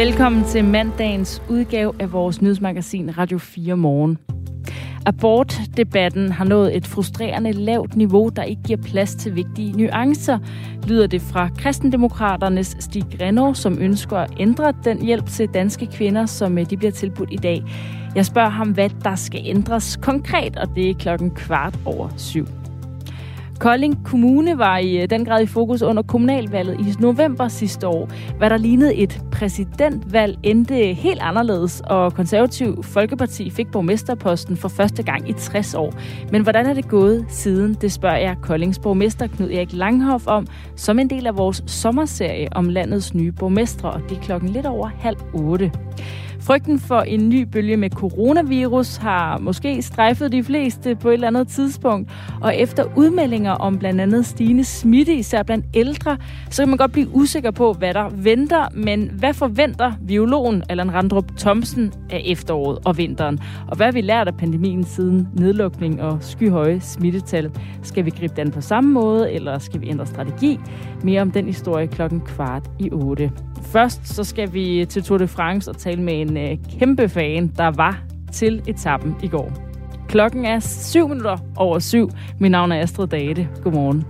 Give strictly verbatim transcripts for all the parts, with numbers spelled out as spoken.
Velkommen til mandagens udgave af vores nyhedsmagasin Radio fire Morgen. Abortdebatten har nået et frustrerende lavt niveau, der ikke giver plads til vigtige nuancer, lyder det fra Kristendemokraternes Stig Grenaa, som ønsker at ændre den hjælp til danske kvinder, som de bliver tilbudt i dag. Jeg spørger ham, hvad der skal ændres konkret, og det er klokken kvart over syv. Kolding Kommune var i den grad i fokus under kommunalvalget i november sidste år. Hvad der lignede et præsidentvalg endte helt anderledes, og Konservativ Folkeparti fik borgmesterposten for første gang i tres år. Men hvordan er det gået siden? Det spørger jeg Koldings borgmester Knud Erik Langhoff om, som en del af vores sommerserie om landets nye borgmestre, og det er klokken lidt over halv otte. Frygten for en ny bølge med coronavirus har måske strejfet de fleste på et eller andet tidspunkt, og efter udmeldinger om blandt andet stigende smitte, især blandt ældre, så kan man godt blive usikker på, hvad der venter, men hvad forventer virologen Allan Randrup Thomsen af efteråret og vinteren? Og hvad har vi lært af pandemien siden nedlukning og skyhøje smittetal? Skal vi gribe den på samme måde, eller skal vi ændre strategi? Mere om den historie klokken kvart i otte. Først så skal vi til Tour de France og tale med en øh, kæmpe fan, der var til etappen i går. Klokken er syv minutter over syv. Mit navn er Astrid Date. Godmorgen.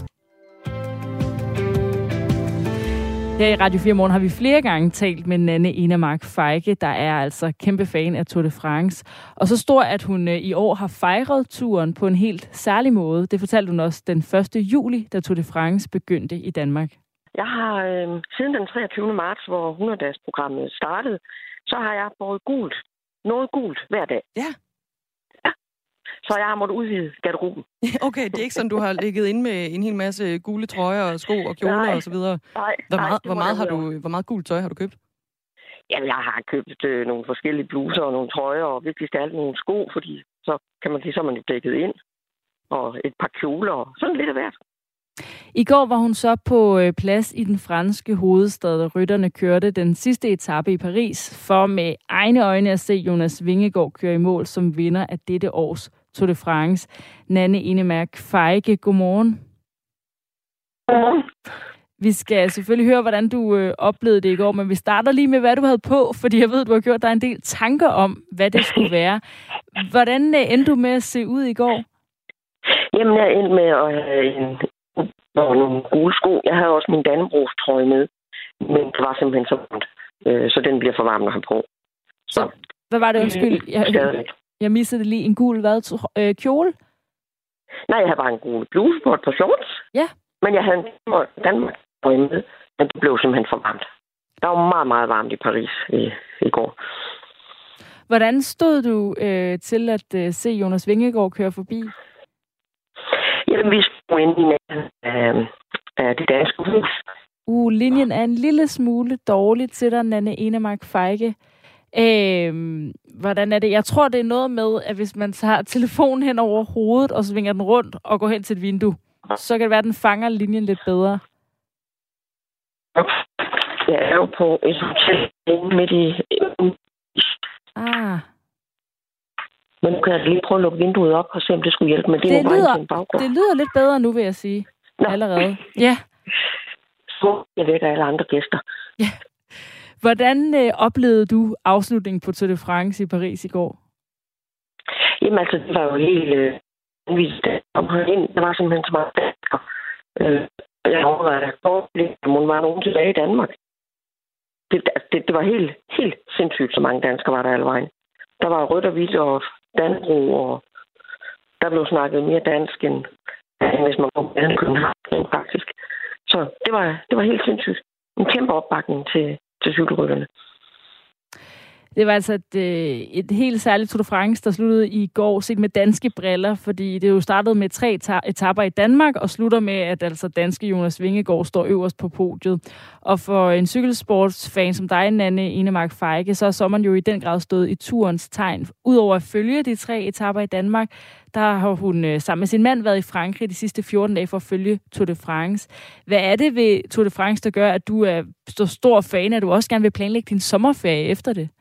Her i Radio fire Morgen har vi flere gange talt med Nanne Enemark Feige, der er altså kæmpe fan af Tour de France. Og så stor, at hun øh, i år har fejret turen på en helt særlig måde. Det fortalte hun også den første juli, da Tour de France begyndte i Danmark. Jeg har øh, siden den treogtyvende marts, hvor hundrede-dages-programmet startede, så har jeg båret gult. Noget gult hver dag. Ja. Ja. Så jeg har måttet udvide garderoben. Okay, det er ikke sådan, du har ligget inde med en hel masse gule trøjer og sko og kjoler nej, og så videre. Nej, hvor meget, nej, hvor meget har du, hvor meget gult tøj har du købt? Jamen, jeg har købt øh, nogle forskellige bluser og nogle trøjer, og vigtigst af alt nogle sko, fordi så kan man sige, så er man jo dækket ind. Og et par kjoler og sådan lidt af hvert. I går var hun så på plads i den franske hovedstad, da rytterne kørte den sidste etape i Paris, for med egne øjne at se Jonas Vingegaard køre i mål som vinder af dette års Tour de France. Nanne Enemark Feige, godmorgen. Godmorgen. Vi skal selvfølgelig høre, hvordan du øh, oplevede det i går, men vi starter lige med, hvad du havde på, fordi jeg ved, du har gjort dig en del tanker om, hvad det skulle være. Hvordan øh, endte du med at se ud i går? Jamen, jeg endte med at have en og nogle gule sko. Jeg havde også min Dannebrogs-trøje med, men det var simpelthen så varmt, øh, så den bliver for varm at have på. Så, hvad var det, undskyld? Jeg, jeg missede lige en gul hvad, øh, kjole? Nej, jeg havde bare en gul bluse på et par shorts. Ja. Men jeg havde en Danmark-trøje med, men det blev simpelthen for varmt. Der var meget, meget varmt i Paris i, i går. Hvordan stod du øh, til at øh, se Jonas Vingegaard køre forbi? Jamen, vi skulle ind i nærheden af, af det danske hus. Uh, linjen er en lille smule dårlig til dig, Nanne Enemark Feige. Øh, hvordan er det? Jeg tror, det er noget med, at hvis man tager telefonen hen over hovedet, og svinger den rundt og går hen til et vindue, så kan det være, at den fanger linjen lidt bedre. Jeg er jo på et hotel midt i... Ah... Men nu kan jeg lige prøve at lukke vinduet op og se, om det skulle hjælpe. Men det, det, lyder, lyder, det lyder lidt bedre nu, vil jeg sige. Nå. Allerede. Ja. Så jeg vækker alle andre gæster. Ja. Hvordan øh, oplevede du afslutningen på Tour de France i Paris i går? Jamen altså, det var jo helt øh, anvist. Der var simpelthen så meget dansker. Øh, jeg overvejede, at hun var nogen tilbage i Danmark. Det, det, det var helt, helt sindssygt, så mange danskere var der alle vejen. Der var rødt og hvidt og Danbro, og der blev snakket mere dansk, end, end hvis man kom med København, faktisk. Så det var, det var helt sindssygt. En kæmpe opbakning til, til cykelrytterne. Det var altså et, et helt særligt Tour de France, der sluttede i går set med danske briller, fordi det jo startede med tre etaper i Danmark og slutter med, at altså danske Jonas Vingegaard står øverst på podiet. Og for en cykelsportsfan som dig, Nanne Enemark Feige, så er sommeren jo i den grad stået i turens tegn. Udover at følge de tre etaper i Danmark, der har hun sammen med sin mand været i Frankrig de sidste fjorten dage for at følge Tour de France. Hvad er det ved Tour de France, der gør, at du er så stor fan, at du også gerne vil planlægge din sommerferie efter det?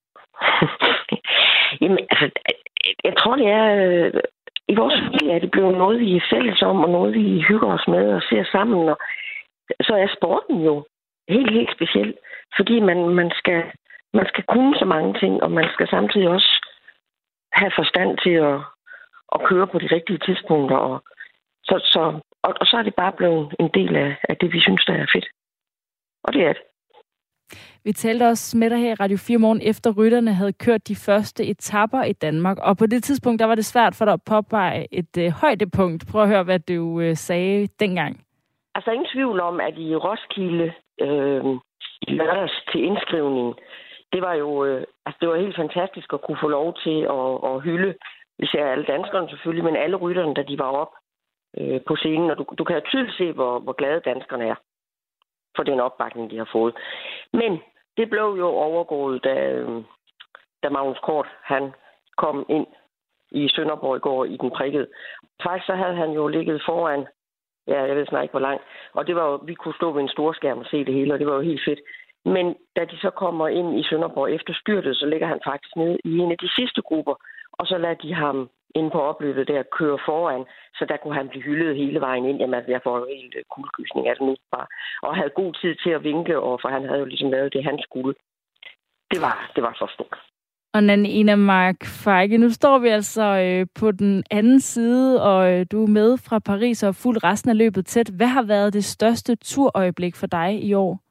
Jamen, altså, jeg tror, det er... Øh, I vores familie er det blevet noget, vi er fælles om, og noget, vi hygger os med og ser sammen. Og så er sporten jo helt, helt speciel, fordi man, man skal man skal kunne så mange ting, og man skal samtidig også have forstand til at, at køre på de rigtige tidspunkter. Og så, så, og, og så er det bare blevet en del af, af det, vi synes, der er fedt. Og det er det. Vi talte også med dig her i Radio fire Morgen, efter rytterne havde kørt de første etapper i Danmark. Og på det tidspunkt, der var det svært for dig at påpege et øh, højdepunkt. Prøv at høre, hvad du øh, sagde dengang. Altså ingen tvivl om, at i Roskilde øh, i lørdags til indskrivning, det var jo øh, altså, det var helt fantastisk at kunne få lov til at, at hylde, især alle danskerne selvfølgelig, men alle rytterne, da de var op øh, på scenen. Og du, du kan jo tydeligt se, hvor, hvor glade danskerne er for den opbakning, de har fået. Men det blev jo overgået, da, da Magnus Kort, han kom ind i Sønderborg i går i den prikkede. Faktisk så havde han jo ligget foran, ja, jeg ved snart ikke hvor langt, og det var jo, vi kunne stå ved en storskærm og se det hele, og det var jo helt fedt. Men da de så kommer ind i Sønderborg efter styrtet, så ligger han faktisk nede i en af de sidste grupper, og så lader de ham inde på opløbet der køre foran, så der kunne han blive hyldet hele vejen ind. Jamen, jeg får jo helt kuldegysning af det nu bare. Og havde god tid til at vinke, og for han havde jo ligesom lavet det, han skulle. Det var, det var så stort. Og Nanne Enemark Feige, nu står vi altså øh, på den anden side, og øh, du er med fra Paris og fuldt resten af løbet tæt. Hvad har været det største turøjeblik for dig i år?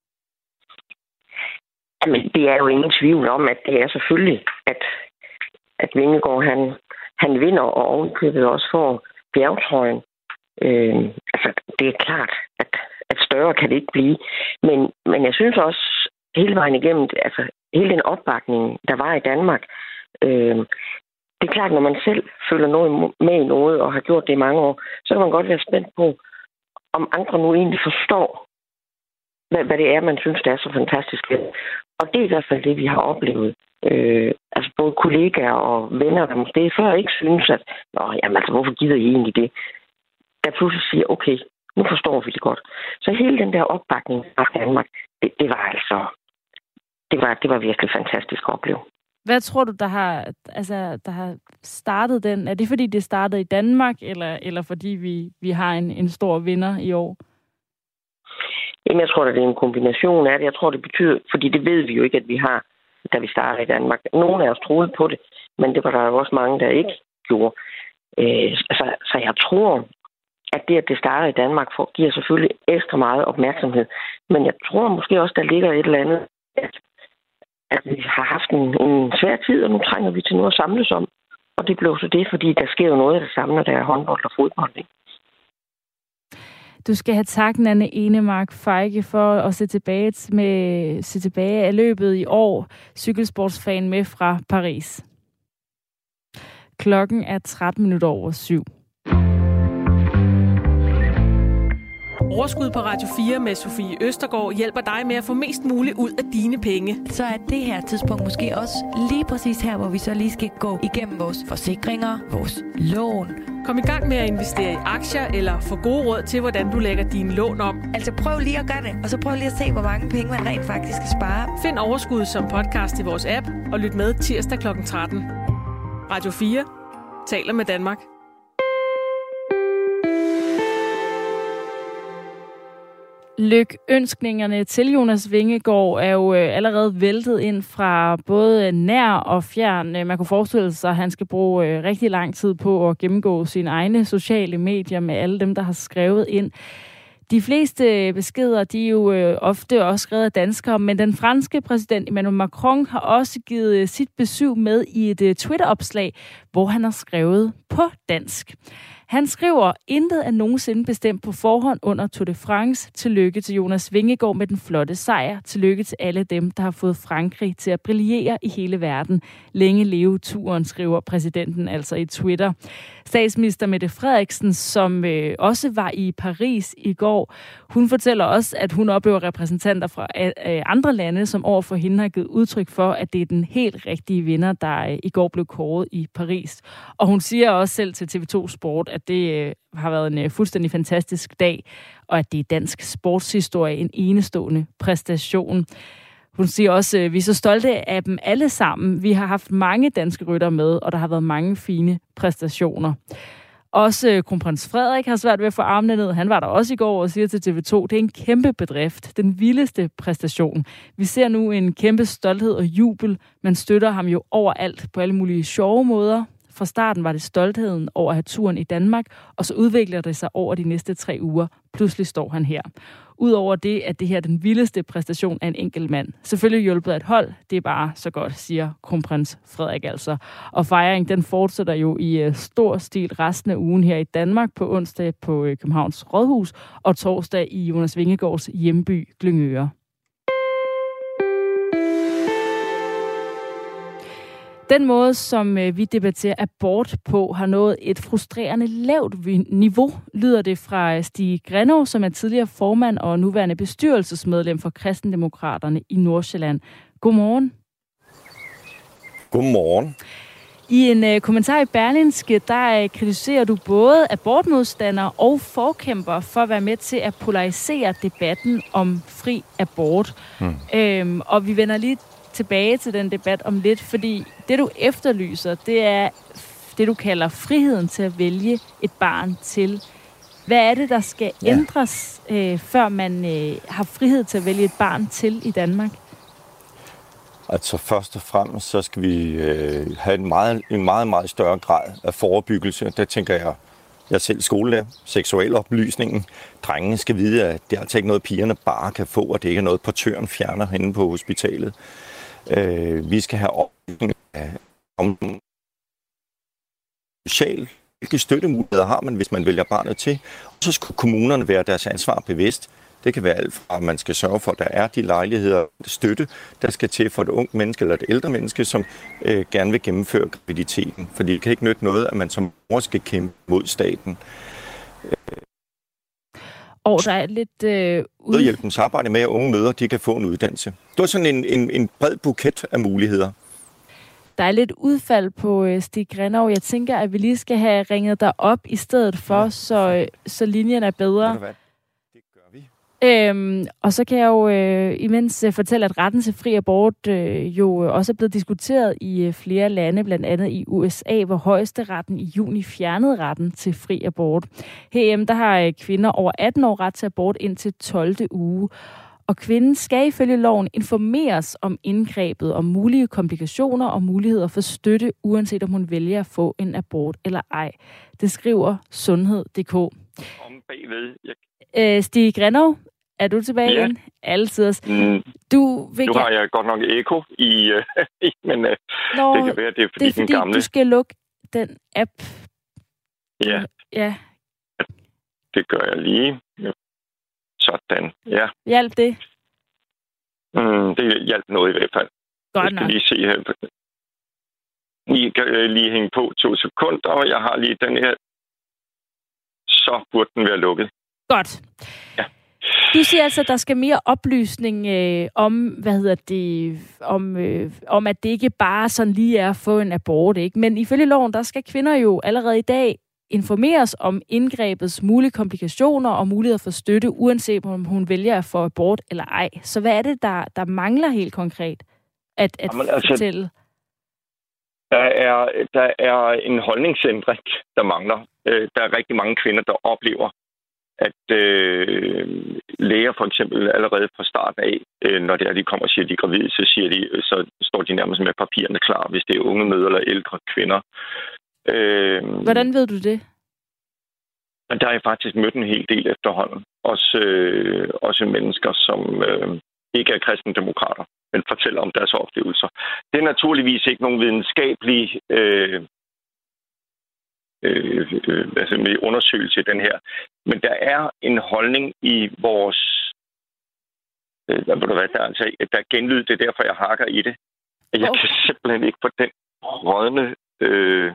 Jamen, det er jo ingen tvivl om, at det er selvfølgelig, at, at Vingegaard, han Han vinder, og ovenkøbet også får bjergtrøjen. Øh, altså, det er klart, at, at større kan det ikke blive. Men, men jeg synes også, hele vejen igennem, altså hele den opbakning, der var i Danmark, øh, det er klart, når man selv føler noget med i noget, og har gjort det i mange år, så kan man godt være spændt på, om andre nu egentlig forstår, hvad, hvad det er, man synes, det er så fantastisk. Og det er i hvert fald det, vi har oplevet. Øh, altså både kollegaer og venner, der måske før ikke synes, at Nå, jamen, altså, hvorfor gider I egentlig det? Der pludselig siger, okay, nu forstår vi det godt. Så hele den der opbakning fra Danmark, det, det var altså, det var, det var virkelig fantastisk at opleve. Hvad tror du, der har, altså, der har startet den? Er det fordi, det startede i Danmark, eller, eller fordi vi, vi har en, en stor vinder i år? Jamen, jeg tror, at det er en kombination af det. Jeg tror, det betyder, fordi det ved vi jo ikke, at vi har, da vi startede i Danmark. Nogle af os troede på det, men det var der jo også mange, der ikke gjorde. Øh, altså, så jeg tror, at det, at det starter i Danmark, for, giver selvfølgelig ekstra meget opmærksomhed. Men jeg tror måske også, der ligger et eller andet, at, at vi har haft en, en svær tid, og nu trænger vi til noget at samles om. Og det blev så det, fordi der sker jo noget af det samme, når der er håndbold og fodbold, ikke? Du skal have tak, Nanne Enemark Feige, for at se tilbage, med, se tilbage af løbet i år. Cykelsportsfan med fra Paris. Klokken er tretten minutter over syv. Overskud på Radio fire med Sofie Østergaard hjælper dig med at få mest muligt ud af dine penge. Så er det her tidspunkt måske også lige præcis her, hvor vi så lige skal gå igennem vores forsikringer, vores lån. Kom i gang med at investere i aktier eller få gode råd til, hvordan du lægger dine lån om. Altså prøv lige at gøre det, og så prøv lige at se, hvor mange penge man rent faktisk skal spare. Find Overskud som podcast i vores app og lyt med tirsdag klokken tretten. Radio fire taler med Danmark. Lykønskningerne til Jonas Vingegaard er jo allerede væltet ind fra både nær og fjern. Man kunne forestille sig, at han skal bruge rigtig lang tid på at gennemgå sine egne sociale medier med alle dem, der har skrevet ind. De fleste beskeder, de er jo ofte også skrevet af danskere, men den franske præsident Emmanuel Macron har også givet sit besøg med i et Twitter-opslag, hvor han har skrevet på dansk. Han skriver, intet er nogensinde bestemt på forhånd under Tour de France. Tillykke til Jonas Vingegaard med den flotte sejr. Tillykke til alle dem, der har fået Frankrig til at brillere i hele verden. Længe leve turen, skriver præsidenten altså i Twitter. Statsminister Mette Frederiksen, som øh, også var i Paris i går, hun fortæller også, at hun oplever repræsentanter fra øh, andre lande, som overfor hende har givet udtryk for, at det er den helt rigtige vinder, der øh, i går blev kåret i Paris. Og hun siger også selv til T V to Sport, at det øh, har været en øh, fuldstændig fantastisk dag, og at det er dansk sportshistorie en enestående præstation. Hun siger også, at vi er så stolte af dem alle sammen. Vi har haft mange danske ryttere med, og der har været mange fine præstationer. Også øh, kronprins Frederik har svært ved at få armene ned. Han var der også i går og siger til T V to, det er en kæmpe bedrift. Den vildeste præstation. Vi ser nu en kæmpe stolthed og jubel. Man støtter ham jo overalt på alle mulige sjove måder. Fra starten var det stoltheden over at have turen i Danmark, og så udvikler det sig over de næste tre uger. Pludselig står han her. Udover det, at det her er den vildeste præstation af en enkelt mand. Selvfølgelig hjulpet af et hold, det er bare så godt, siger kronprins Frederik altså. Og fejringen, den fortsætter jo i uh, stor stil resten af ugen her i Danmark, på onsdag på uh, Københavns Rådhus, og torsdag i Jonas Vingegaards hjemby Glyngøre. Den måde, som vi debatterer abort på, har nået et frustrerende lavt niveau, lyder det fra Stig Grenaa, som er tidligere formand og nuværende bestyrelsesmedlem for Kristendemokraterne i Nordsjælland. Godmorgen. Godmorgen. I en uh, kommentar i Berlingske, der uh, kritiserer du både abortmodstandere og forkæmpere for at være med til at polarisere debatten om fri abort. Hmm. Øhm, og vi vender lige tilbage til den debat om lidt, fordi det, du efterlyser, det er det, du kalder friheden til at vælge et barn til. Hvad er det, der skal ja. ændres, øh, før man øh, har frihed til at vælge et barn til i Danmark? Altså først og fremmest, så skal vi øh, have en meget, en meget, meget større grad af forebyggelse. Der tænker jeg, jeg er selv skolelærer, seksualoplysningen. Drengene skal vide, at det er altså ikke noget, pigerne bare kan få, og det ikke er noget, portøren fjerner henne på hospitalet. Øh, vi skal have oplysning om social, hvilke støttemuligheder har man, hvis man vælger barnet til. Og så skal kommunerne være deres ansvar bevidst. Det kan være alt fra, at man skal sørge for, at der er de lejligheder støtte, der skal til for et ungt menneske eller et ældre menneske, som øh, gerne vil gennemføre graviditeten. Fordi det kan ikke nytte noget, at man som mor skal kæmpe mod staten. Og der er lidt øh, ud... Hjælpens arbejde med, at unge mødre de kan få en uddannelse. Det var sådan en, en, en bred buket af muligheder. Der er lidt udfald på øh, Stig Grenaa. Jeg tænker, at vi lige skal have ringet dig op i stedet for, ja. så, øh, så linjen er bedre. Det gør vi. Øhm, og så kan jeg jo øh, imens øh, fortælle, at retten til fri abort øh, jo også er blevet diskuteret i øh, flere lande, blandt andet i U S A, hvor højesteretten i juni fjernede retten til fri abort. Herhjemme der har øh, kvinder over atten år ret til abort indtil tolvte uge. Og kvinden skal ifølge loven informeres om indgrebet, om mulige komplikationer og muligheder for støtte, uanset om hun vælger at få en abort eller ej. Det skriver sundhed punktum d k. Om bagved. Jeg... Øh, Stig Grenaa, er du tilbage ja. igen? Altid. Mm. Du vil nu har jeg godt nok eko i, øh, men øh, Nå, det kan være, det er fordi, det er fordi den gamle... du skal lukke den app. Ja. Ja. Det gør jeg lige. Sådan, ja. Hjalp det? Mm, det hjalp noget i hvert fald. Godt jeg skal nok. lige se her. I kan øh, lige hænge på to sekunder, og jeg har lige den her. Så burde den være lukket. Godt. Ja. Du siger altså, at der skal mere oplysning øh, om, hvad hedder det, om, øh, om, at det ikke bare sådan lige er at få en abort, ikke? Men ifølge loven, der skal kvinder jo allerede i dag informeres om indgrebets mulige komplikationer og muligheder for støtte, uanset om hun vælger at få abort eller ej. Så hvad er det, der, der mangler helt konkret at, at Jamen, altså, fortælle? Der er, der er en holdningsændring, der mangler. Der er rigtig mange kvinder, der oplever, at øh, læger for eksempel allerede fra starten af, øh, når det er, de kommer og siger, at de er gravide, så, siger de, så står de nærmest med papirerne klar, hvis det er unge mødre eller ældre kvinder. Øh, Hvordan ved du det? Der har jeg faktisk mødt en hel del efterhånden. Også, øh, også mennesker, som øh, ikke er kristendemokrater, men fortæller om deres oplevelser. Det er naturligvis ikke nogen videnskabelig øh, øh, øh, altså med undersøgelse i den her. Men der er en holdning i vores... Øh, hvad der, der, altså, der er genlyd, det er derfor, jeg hakker i det. Jeg okay. kan simpelthen ikke få den rådne... Øh,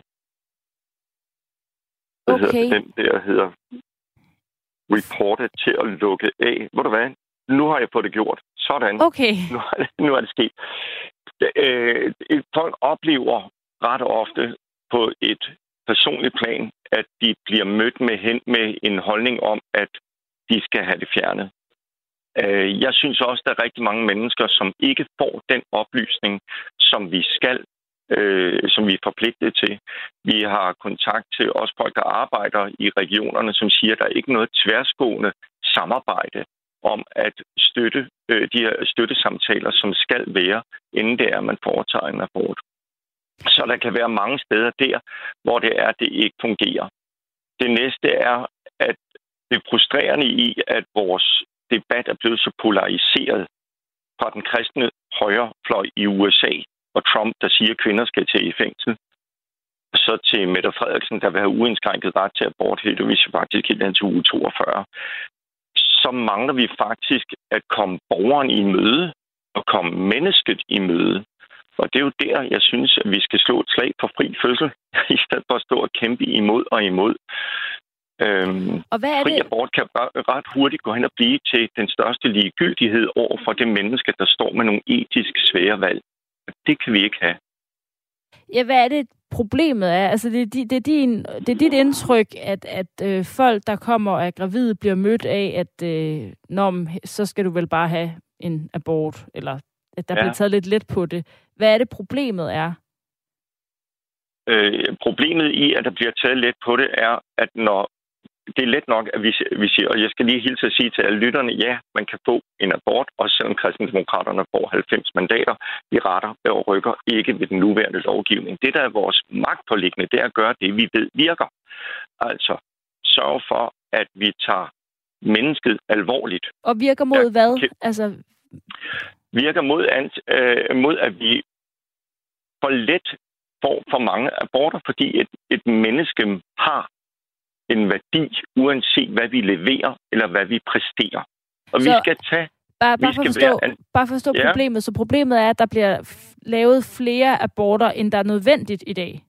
Okay. Hedder, den der hedder reported til at lukke af. Ved du hvad? Nu har jeg fået det gjort. Sådan. Okay. Nu, nu er det sket. Øh, folk oplever ret ofte på et personligt plan, at de bliver mødt med hen med en holdning om, at de skal have det fjernet. Øh, jeg synes også, der er rigtig mange mennesker, som ikke får den oplysning, som vi skal øh, som vi er forpligtet til. Vi har kontakt til også folk, der arbejder i regionerne, som siger, at der er ikke noget tværsgående samarbejde om at støtte øh, de her støttesamtaler, som skal være, inden det er, at man foretager en abort. Så der kan være mange steder der, hvor det er, det ikke fungerer. Det næste er, at det er frustrerende i, at vores debat er blevet så polariseret fra den kristne højrefløj i U S A og Trump, der siger, at kvinder skal til i fængsel, så til Mette Frederiksen, der vil have uindskrænket ret til abort, helt hvis vi faktisk helt hen til uge toogfyrre. Så mangler vi faktisk at komme borgeren i møde og komme mennesket i møde. Og det er jo der, jeg synes, at vi skal slå et slag for fri fødsel, i stedet for at stå og kæmpe imod og imod. Øhm, og hvad er fri det? abort kan ret hurtigt gå hen og blive til den største ligegyldighed over for det menneske, der står med nogle etisk svære valg. Det kan vi ikke have. Ja, hvad er det, problemet er? Altså, det er, di, det er, din, det er dit indtryk, at, at øh, folk, der kommer og er gravide, bliver mødt af, at øh, når, så skal du vel bare have en abort, eller at der ja. bliver taget lidt let på det. Hvad er det, problemet er? Øh, problemet i, at der bliver taget let på det, er, at når det er let nok, at vi, vi siger, og jeg skal lige hilse at sige til alle lytterne, ja, man kan få en abort, også selvom kristendemokraterne får halvfems mandater. Vi retter og rykker ikke ved den nuværende lovgivning. Det, der er vores magtpåliggende, det er at gøre det, vi ved virker. Altså, sørge for, at vi tager mennesket alvorligt. Og virker mod ja, hvad? Kan, altså... Virker mod, øh, mod, at vi for let får for mange aborter, fordi et, et menneske har en værdi, uanset hvad vi leverer, eller hvad vi præsterer. Og så, vi skal tage... Bare, bare for at forstå, være, bare forstå ja. problemet. Så problemet er, at der bliver lavet flere aborter, end der er nødvendigt i dag.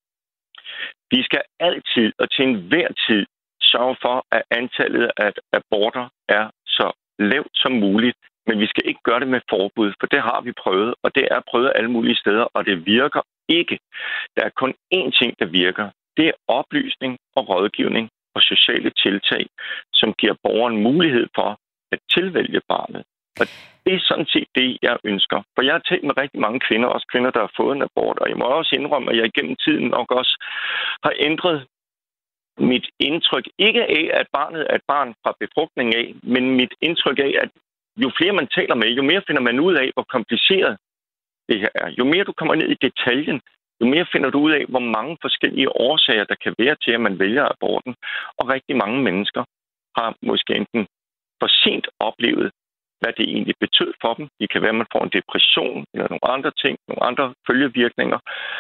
Vi skal altid og til enhver tid sørge for, at antallet af aborter er så lavt som muligt, men vi skal ikke gøre det med forbud, for det har vi prøvet, og det er prøvet alle mulige steder, og det virker ikke. Der er kun én ting, der virker. Det er oplysning og rådgivning og sociale tiltag, som giver borgeren mulighed for at tilvælge barnet. Og det er sådan set det, jeg ønsker. For jeg har talt med rigtig mange kvinder, også kvinder, der har fået en abort, og jeg må også indrømme, at jeg igennem tiden nok også har ændret mit indtryk, ikke af, at barnet er et barn fra befrugtning af, men mit indtryk af, at jo flere man taler med, jo mere finder man ud af, hvor kompliceret det her er. Jo mere du kommer ned i detaljen, jo mere finder du ud af, hvor mange forskellige årsager, der kan være til, at man vælger aborten. Og rigtig mange mennesker har måske enten for sent oplevet, hvad det egentlig betød for dem. Det kan være, at man får en depression eller nogle andre ting, nogle andre følgevirkninger.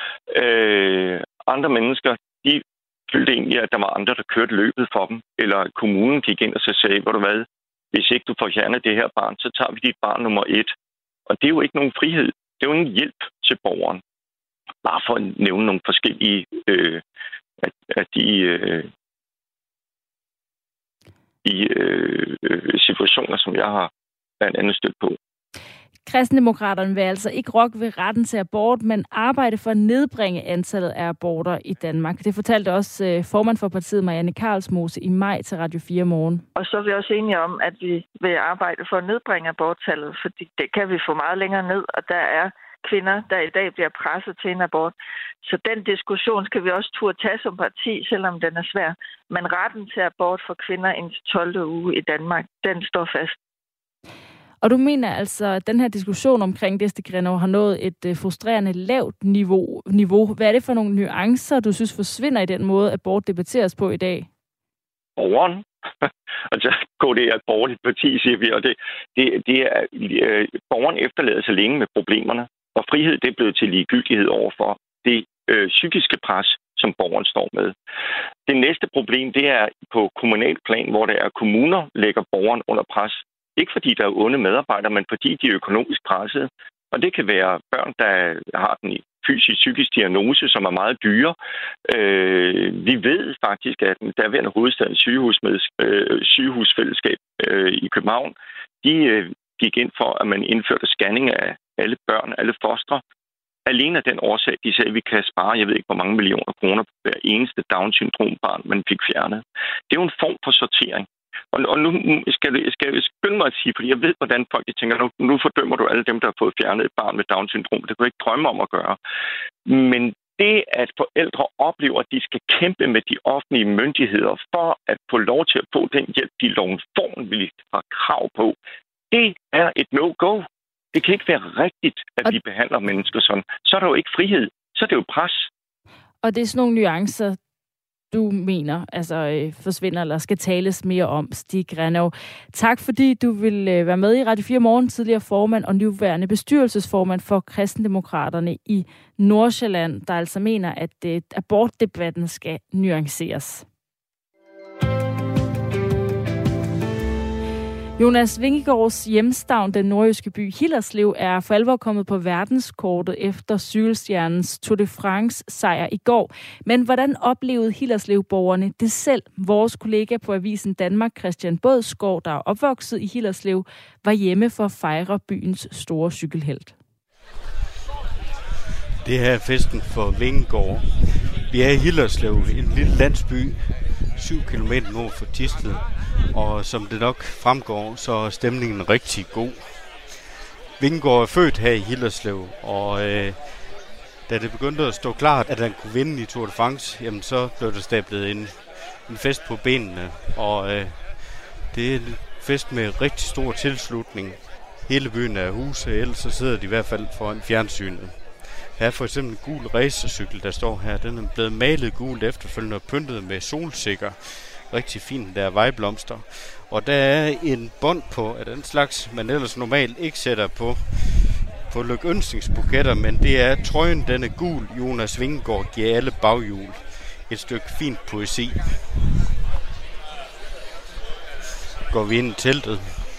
Øh, andre mennesker, de følte egentlig, at der var andre, der kørte løbet for dem. Eller kommunen gik ind og så sagde, hvor du hvad, hvis ikke du får fjernet det her barn, så tager vi dit barn nummer et. Og det er jo ikke nogen frihed. Det er jo ingen hjælp til borgeren. Bare for at nævne nogle forskellige øh, af, af de, øh, de øh, situationer, som jeg har blandt andet stødt på. Kristendemokraterne vil altså ikke rokke ved retten til abort, men arbejde for at nedbringe antallet af aborter i Danmark. Det fortalte også øh, formand for partiet, Marianne Karlsmose, i maj til Radio fire Morgen. Og så er vi også enige om, at vi vil arbejde for at nedbringe aborttallet, fordi det kan vi få meget længere ned, og der er kvinder, der i dag bliver presset til en abort. Så den diskussion skal vi også turde tage som parti, selvom den er svær. Men retten til abort for kvinder indtil tolvte uge i Danmark, den står fast. Og du mener altså, at den her diskussion omkring Kirsten Grenaa har nået et uh, frustrerende lavt niveau, niveau. Hvad er det for nogle nuancer, du synes forsvinder i den måde, abort debatteres på i dag? Borgeren. Altså, K D er et borgerligt parti, siger vi, og det, det, det er, øh, borgeren efterlader sig længe med problemerne, og frihed det er blevet til ligegyldighed overfor det øh, psykiske pres, som borgeren står med. Det næste problem, det er på kommunalt plan, hvor det er, at kommuner lægger borgeren under pres. Ikke fordi der er onde medarbejdere, men fordi de er økonomisk pressede. Og det kan være børn, der har den fysisk-psykisk diagnose, som er meget dyre. Øh, vi ved faktisk, at den derværende hovedstadens sygehus med, øh, sygehusfællesskab øh, i København, de øh, gik ind for, at man indførte scanning af alle børn, alle fostre. Alene af den årsag, de sagde, at vi kan spare, jeg ved ikke, hvor mange millioner kroner på hver eneste Down-syndrombarn, man fik fjernet. Det er jo en form for sortering. Og, og nu skal jeg, skal jeg skynde mig at sige, fordi jeg ved, hvordan folk de tænker, nu, nu fordømmer du alle dem, der har fået fjernet et barn med Down-syndrom. Det kan du ikke drømme om at gøre. Men det, at forældre oplever, at de skal kæmpe med de offentlige myndigheder for at få lov til at få den hjælp, de lovformeligt har krav på, det er et no-go. Det kan ikke være rigtigt, at og... vi behandler mennesker sådan. Så er der jo ikke frihed. Så er det jo pres. Og det er sådan nogle nuancer, du mener, altså øh, forsvinder eller skal tales mere om, Stig Grenov. Tak fordi du vil øh, være med i Radio fire Morgen, tidligere formand og nuværende bestyrelsesformand for Kristendemokraterne i Nordsjælland, der altså mener, at øh, abortdebatten skal nuanceres. Jonas Vingegaards hjemstavn, den nordjyske by Hillerslev, er for alvor kommet på verdenskortet efter cykelstjernens Tour de France sejr i går. Men hvordan oplevede Hillerslev-borgerne det selv? Vores kollega på Avisen Danmark, Christian Bådsgaard, der er opvokset i Hillerslev, var hjemme for at fejre byens store cykelhelt. Det her er festen for Vingegaard. Vi er i Hillerslev, en lille landsby, syv kilometer nord for Thisted. Og som det nok fremgår, så er stemningen rigtig god. Vingegaard er født her i Hillerslev, og øh, da det begyndte at stå klart, at han kunne vinde i Tour de France, jamen så blev der stablet en, en fest på benene. Og øh, det er en fest med rigtig stor tilslutning. Hele byen er huse, ellers så sidder de i hvert fald foran fjernsynet. Her er for eksempel en gul racercykel, der står her. Den er blevet malet gult efterfølgende og pyntet med solsikker. Rigtig fint, der er vejblomster. Og der er en bånd på af den slags, man ellers normalt ikke sætter på, på lykønskningsbuketter, men det er trøjen, den er gul. Jonas Vingegaard giver alle baghjul. Et stykke fint poesi. Går vi ind i teltet.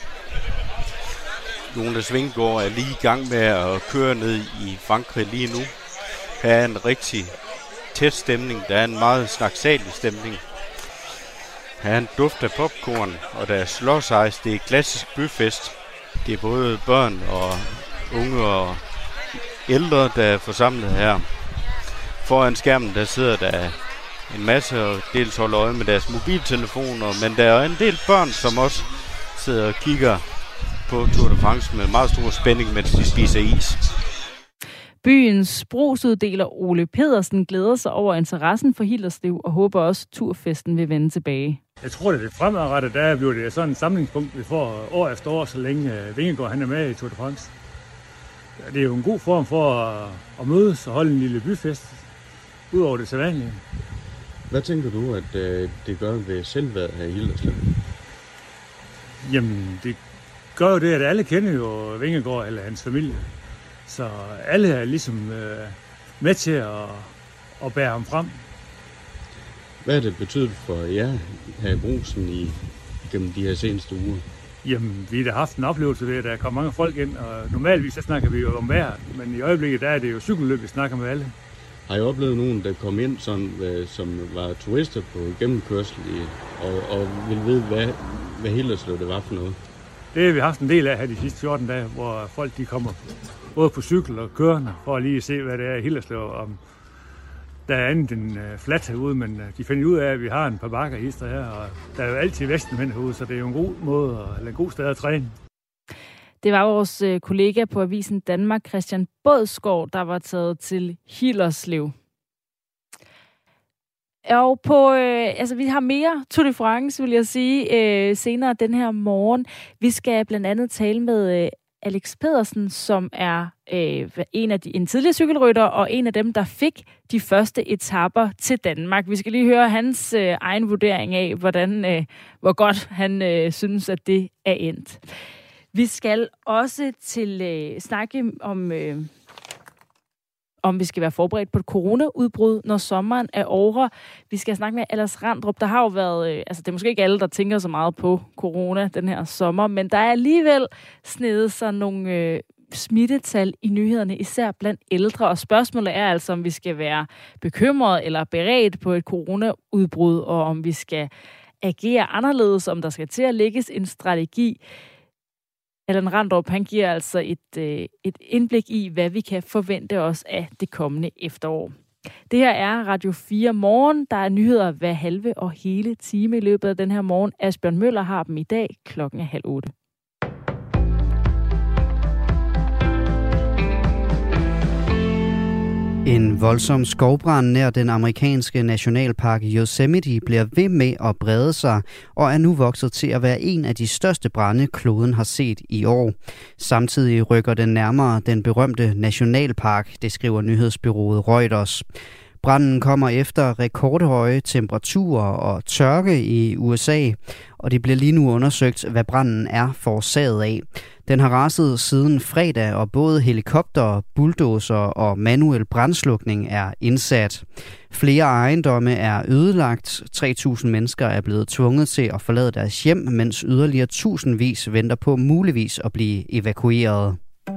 Jonas Vingegaard er lige i gang med at køre ned i Frankrig lige nu. Her er en rigtig tæt stemning. Der er en meget snaksalig stemning. Her er en duft af popcorn, og der er slåsejs. Det er klassisk byfest. Det er både børn og unge og ældre, der er forsamlet her. Foran skærmen, der sidder der en masse og dels holder øje med deres mobiltelefoner, men der er en del børn, som også sidder og kigger på Tour de France med meget stor spænding, mens de spiser is. Byens brugsuddeler Ole Pedersen glæder sig over interessen for Hillerslev og håber også, at turfesten vil vende tilbage. Jeg tror, at det fremadrettet, der bliver det sådan et samlingspunkt, vi får år efter år, så længe Vingegaard han er med i Tour de France. Det er jo en god form for at mødes og holde en lille byfest, ud over det sædvanlige. Hvad tænker du, at det gør ved selvværd her i Hillerslev? Jamen, det gør jo det, at alle kender jo Vingegaard eller hans familie. Så alle er ligesom øh, med til at, at bære ham frem. Hvad har det betydet for jer her i Brugsen i, gennem de her seneste uger? Jamen, vi har haft en oplevelse ved, at der kommer mange folk ind, og normalvis så snakker vi jo om vejret, men i øjeblikket der er det jo cykelløb, vi snakker med alle. Har I oplevet nogen, der kom ind, sådan, som var turister på gennemkørsel, og, og ville vide, hvad, hvad Hillerslev det var for noget? Det har vi haft en del af her de sidste fjorten dage, hvor folk de kommer både på cykel og kørende, for at lige se, hvad det er i Hillerslev. Om der er andet end uh, fladt herude, men uh, de finder ud af, at vi har en par bakker hister her, og der er jo altid vestenmænd herude, så det er jo en god måde, eller en god sted at træne. Det var vores uh, kollega på Avisen Danmark, Christian Bådsgaard, der var taget til Hillerslev. Og på, øh, altså vi har mere Tour de France, vil jeg sige, øh, senere den her morgen. Vi skal blandt andet tale med øh, Alex Pedersen, som er øh, en af de, en tidligere cykelrytter, og en af dem, der fik de første etaper til Danmark. Vi skal lige høre hans øh, egen vurdering af, hvordan, øh, hvor godt han øh, synes, at det er endt. Vi skal også til øh, snakke om... Øh, om vi skal være forberedt på et coronaudbrud, når sommeren er over. Vi skal snakke med Alers Randrup. Der har jo været, øh, altså det er måske ikke alle, der tænker så meget på corona den her sommer, men der er alligevel snedet sig nogle øh, smittetal i nyhederne, især blandt ældre. Og spørgsmålet er altså, om vi skal være bekymret eller beredt på et coronaudbrud, og om vi skal agere anderledes, om der skal til at lægges en strategi. Allan Randrup, han giver altså et, øh, et indblik i, hvad vi kan forvente os af det kommende efterår. Det her er Radio fire Morgen. Der er nyheder hver halve og hele time i løbet af den her morgen. Asbjørn Møller har dem i dag klokken er halv otte. En voldsom skovbrand nær den amerikanske nationalpark Yosemite bliver ved med at brede sig og er nu vokset til at være en af de største brande, kloden har set i år. Samtidig rykker den nærmere den berømte nationalpark, det skriver nyhedsbureauet Reuters. Branden kommer efter rekordhøje temperaturer og tørke i U S A, og det bliver lige nu undersøgt, hvad branden er forårsaget af. Den har raset siden fredag, og både helikopter, bulldozer og manuel brandslukning er indsat. Flere ejendomme er ødelagt. tre tusind mennesker er blevet tvunget til at forlade deres hjem, mens yderligere tusindvis venter på muligvis at blive evakueret.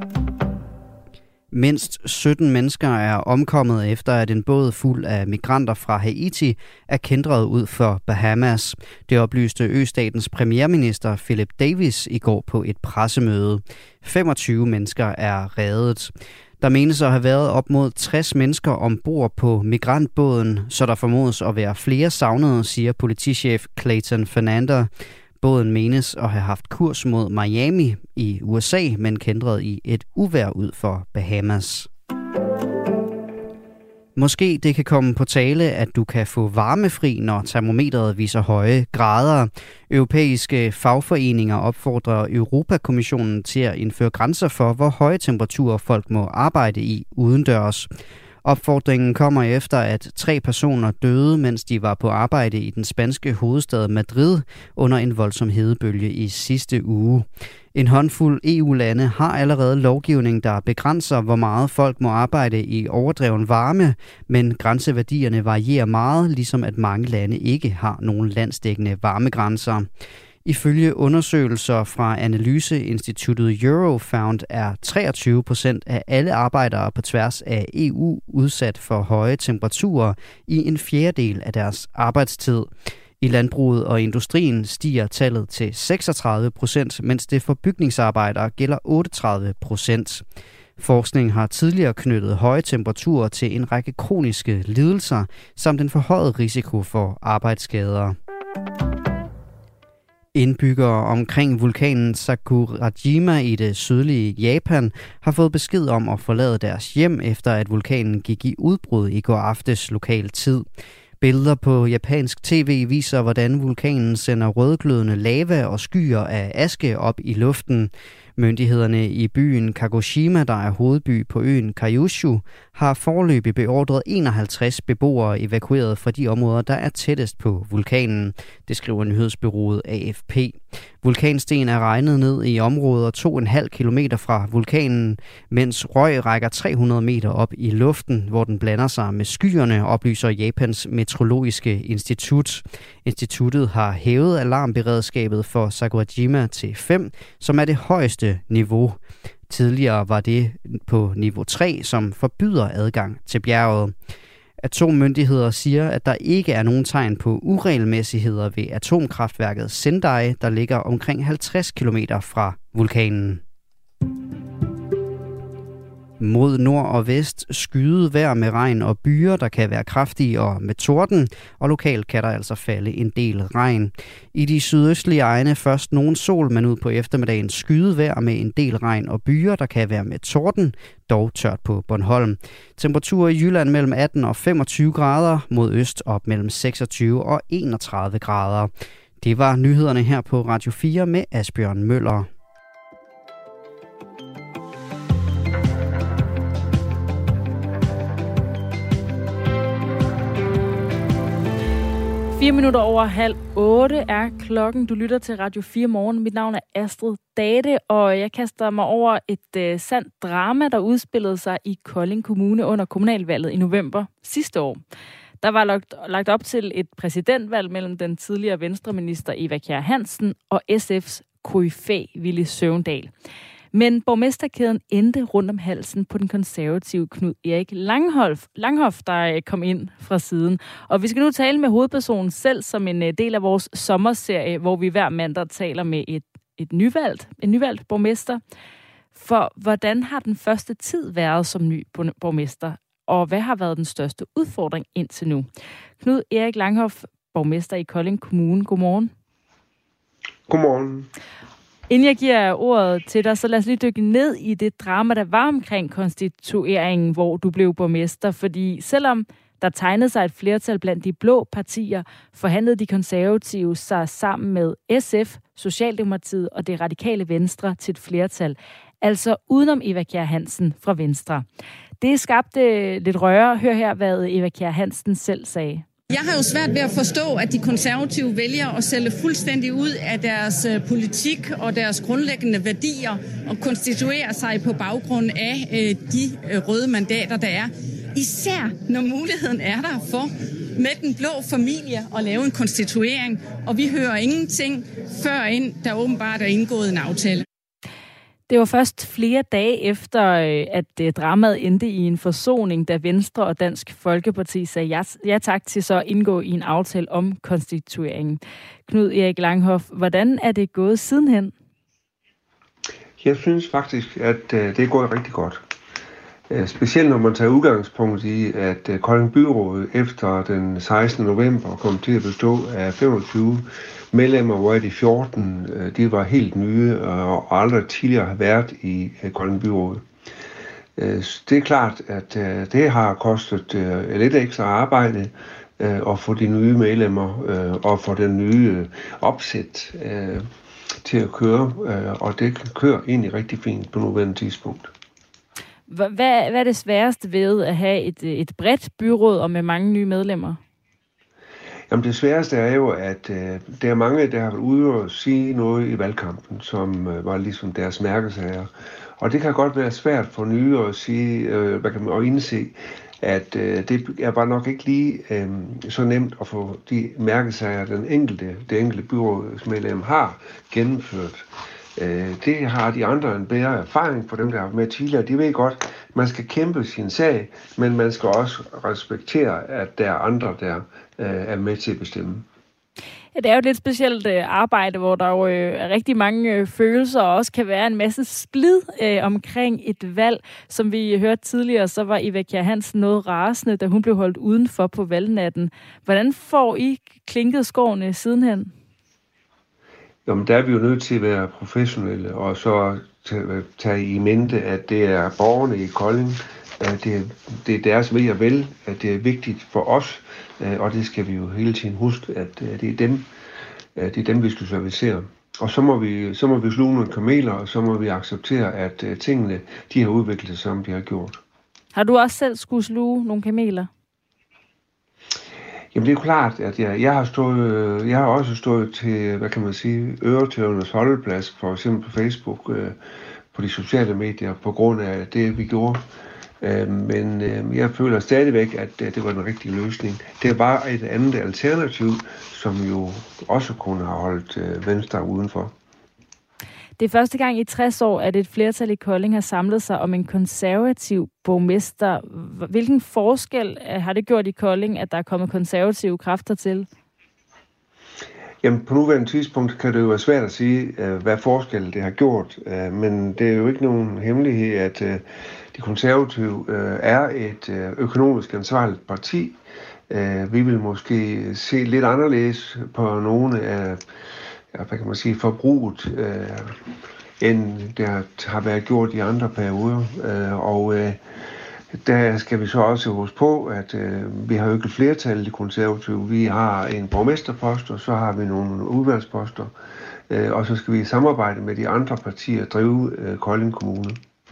Mindst sytten mennesker er omkommet efter, at en båd fuld af migranter fra Haiti er kæntret ud for Bahamas. Det oplyste østatens premierminister Philip Davis i går på et pressemøde. femogtyve mennesker er reddet. Der menes at have været op mod tres mennesker ombord på migrantbåden, så der formodes at være flere savnede, siger politichef Clayton Fernandez. Båden menes at have haft kurs mod Miami i U S A, men kæntret i et uvejr ud for Bahamas. Måske det kan komme på tale, at du kan få varmefri, når termometret viser høje grader. Europæiske fagforeninger opfordrer Europakommissionen til at indføre grænser for, hvor høje temperaturer folk må arbejde i udendørs. Opfordringen kommer efter, at tre personer døde, mens de var på arbejde i den spanske hovedstad Madrid under en voldsom hedebølge i sidste uge. En håndfuld E U-lande har allerede lovgivning, der begrænser, hvor meget folk må arbejde i overdreven varme, men grænseværdierne varierer meget, ligesom at mange lande ikke har nogen landsdækkende varmegrænser. Ifølge undersøgelser fra analyseinstituttet Eurofound er treogtyve procent af alle arbejdere på tværs af E U udsat for høje temperaturer i en fjerdedel af deres arbejdstid. I landbruget og industrien stiger tallet til seksogtredive procent, mens det for bygningsarbejdere gælder otteogtredive procent. Forskning har tidligere knyttet høje temperaturer til en række kroniske lidelser samt en forhøjet risiko for arbejdsskader. Indbyggere omkring vulkanen Sakurajima i det sydlige Japan har fået besked om at forlade deres hjem, efter at vulkanen gik i udbrud i går aftes lokal tid. Billeder på japansk tv viser, hvordan vulkanen sender rødglødende lava og skyer af aske op i luften. Myndighederne i byen Kagoshima, der er hovedby på øen Kyushu, har foreløbig beordret enoghalvtreds beboere evakueret fra de områder, der er tættest på vulkanen. Det skriver nyhedsbureauet A F P. Vulkansten er regnet ned i områder to komma fem kilometer fra vulkanen, mens røg rækker tre hundrede meter op i luften, hvor den blander sig med skyerne, oplyser Japans meteorologiske institut. Instituttet har hævet alarmberedskabet for Sakurajima til fem, som er det højeste niveau. Tidligere var det på niveau tre, som forbyder adgang til bjerget. Atommyndigheder siger, at der ikke er nogen tegn på uregelmæssigheder ved atomkraftværket Sendai, der ligger omkring halvtreds kilometer fra vulkanen. Mod nord og vest skyde vejr med regn og byer, der kan være kraftige og med torden, og lokalt kan der altså falde en del regn. I de sydøstlige egne først nogen sol, men ud på eftermiddagen skyde vejr med en del regn og byer, der kan være med torden, dog tørt på Bornholm. Temperaturer i Jylland mellem atten og femogtyve grader, mod øst op mellem seksogtyve og enogtredive grader. Det var nyhederne her på Radio fire med Asbjørn Møller. Fire minutter over halv otte er klokken. Du lytter til Radio fire Morgen. Mit navn er Astrid Date, og jeg kaster mig over et øh, sandt drama, der udspillede sig i Kolding Kommune under kommunalvalget i november sidste år. Der var lagt, lagt op til et præsidentvalg mellem den tidligere venstreminister Eva Kjær Hansen og S F's koryfæ Villy Søvndal. Men borgmesterkæden endte rundt om halsen på den konservative Knud Erik Langhoff, Langhoff, der kom ind fra siden. Og vi skal nu tale med hovedpersonen selv som en del af vores sommerserie, hvor vi hver mandag taler med et, et nyvalgt, en nyvalgt borgmester. For hvordan har den første tid været som ny borgmester? Og hvad har været den største udfordring indtil nu? Knud Erik Langhoff, borgmester i Kolding Kommune. Godmorgen. Godmorgen. Inden jeg giver ordet til dig, så lad os lige dykke ned i det drama, der var omkring konstitueringen, hvor du blev borgmester. Fordi selvom der tegnede sig et flertal blandt de blå partier, forhandlede de konservative sig sammen med S F, Socialdemokratiet og det radikale Venstre til et flertal. Altså udenom Eva Kjer Hansen fra Venstre. Det skabte lidt røre. Hør her, hvad Eva Kjer Hansen selv sagde. Jeg har jo svært ved at forstå, at de konservative vælger at sælge fuldstændig ud af deres politik og deres grundlæggende værdier og konstituere sig på baggrund af de røde mandater, der er. Især når muligheden er der for med den blå familie at lave en konstituering, og vi hører ingenting før ind, der åbenbart er indgået en aftale. Det var først flere dage efter, at dramaet endte i en forsoning, da Venstre og Dansk Folkeparti sagde ja, ja tak til så at indgå i en aftale om konstitueringen. Knud Erik Langhoff, hvordan er det gået sidenhen? Jeg synes faktisk, at det er gået rigtig godt. Specielt når man tager udgangspunkt i, at Kolding Byråd efter den sekstende november kom til at bestå af femogtyve medlemmer, hvor de fjorten de var helt nye og aldrig tidligere har været i Kolding Byråd. Det er klart, at det har kostet lidt ekstra arbejde at få de nye medlemmer og få den nye opsæt til at køre, og det kører egentlig rigtig fint på nuværende tidspunkt. Hvad, hvad er det sværeste ved at have et, et bredt byråd og med mange nye medlemmer? Jamen det sværeste er jo, at øh, der er mange, der har været ude og sige noget i valgkampen, som øh, var ligesom deres mærkesager. Og det kan godt være svært for nye at sige, øh, hvad kan man, at indse, at øh, det er bare nok ikke lige øh, så nemt at få de mærkesager, den enkelte, det enkelte byrådsmedlem har gennemført. Det har de andre en bedre erfaring for dem, der har været med tidligere. De ved godt, at man skal kæmpe sin sag, men man skal også respektere, at der er andre, der er med til at bestemme. Ja, det er jo et lidt specielt arbejde, hvor der jo er rigtig mange følelser, og også kan være en masse splid øh, omkring et valg. Som vi hørte tidligere, så var Eva Kjer Hansen noget rasende, da hun blev holdt udenfor på valgnatten. Hvordan får I klinket skårene sidenhen? Jamen, der er vi jo nødt til at være professionelle, og så tage i mente, at det er borgerne i Kolding, at det er, det er deres ved og vel, at det er vigtigt for os, og det skal vi jo hele tiden huske, at det er dem, det er dem vi skal servicere. Og så må vi, så må vi sluge nogle kameler, og så må vi acceptere, at tingene de har udviklet sig, som de har gjort. Har du også selv skulle sluge nogle kameler? Jamen det er jo klart, at jeg, jeg har stået, jeg har også stået til, hvad kan man sige, øretøvernes holdeplads, for eksempel på Facebook, øh, på de sociale medier, på grund af det, vi gjorde. Øh, men øh, jeg føler stadigvæk, at øh, det var den rigtige løsning. Det var et andet alternativ, som jo også kunne have holdt øh, Venstre udenfor. Det er første gang i tres år, at et flertal i Kolding har samlet sig om en konservativ borgmester. Hvilken forskel har det gjort i Kolding, at der er kommet konservative kræfter til? Jamen, på nuværende tidspunkt kan det jo være svært at sige, hvad forskel det har gjort. Men det er jo ikke nogen hemmelighed, at de konservative er et økonomisk ansvarligt parti. Vi vil måske se lidt anderledes på nogle af hvad kan man sige, forbruget, øh, end det har været gjort i andre perioder. Øh, og øh, der skal vi så også huske på, at øh, vi har jo ikke et flertal i konservative. Vi har en borgmesterpost, og så har vi nogle udvalgsposter. Øh, og så skal vi samarbejde med de andre partier at drive øh, Kolding Kommune.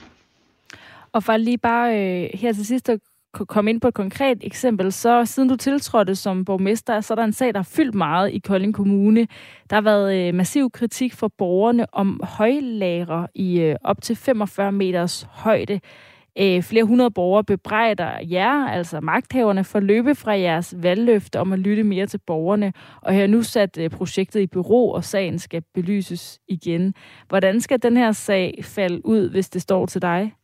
Og for lige bare øh, her til sidst at komme ind på et konkret eksempel, så siden du tiltrådte som borgmester, så er der en sag, der har fyldt meget i Kolding Kommune. Der har været øh, massiv kritik fra borgerne om højlagre i øh, op til femogfyrre meters højde. Øh, flere hundrede borgere bebrejder jer, altså magthaverne, for at løbe fra jeres valgløfte om at lytte mere til borgerne. Og her nu sat øh, projektet i bero, og sagen skal belyses igen. Hvordan skal den her sag falde ud, hvis det står til dig?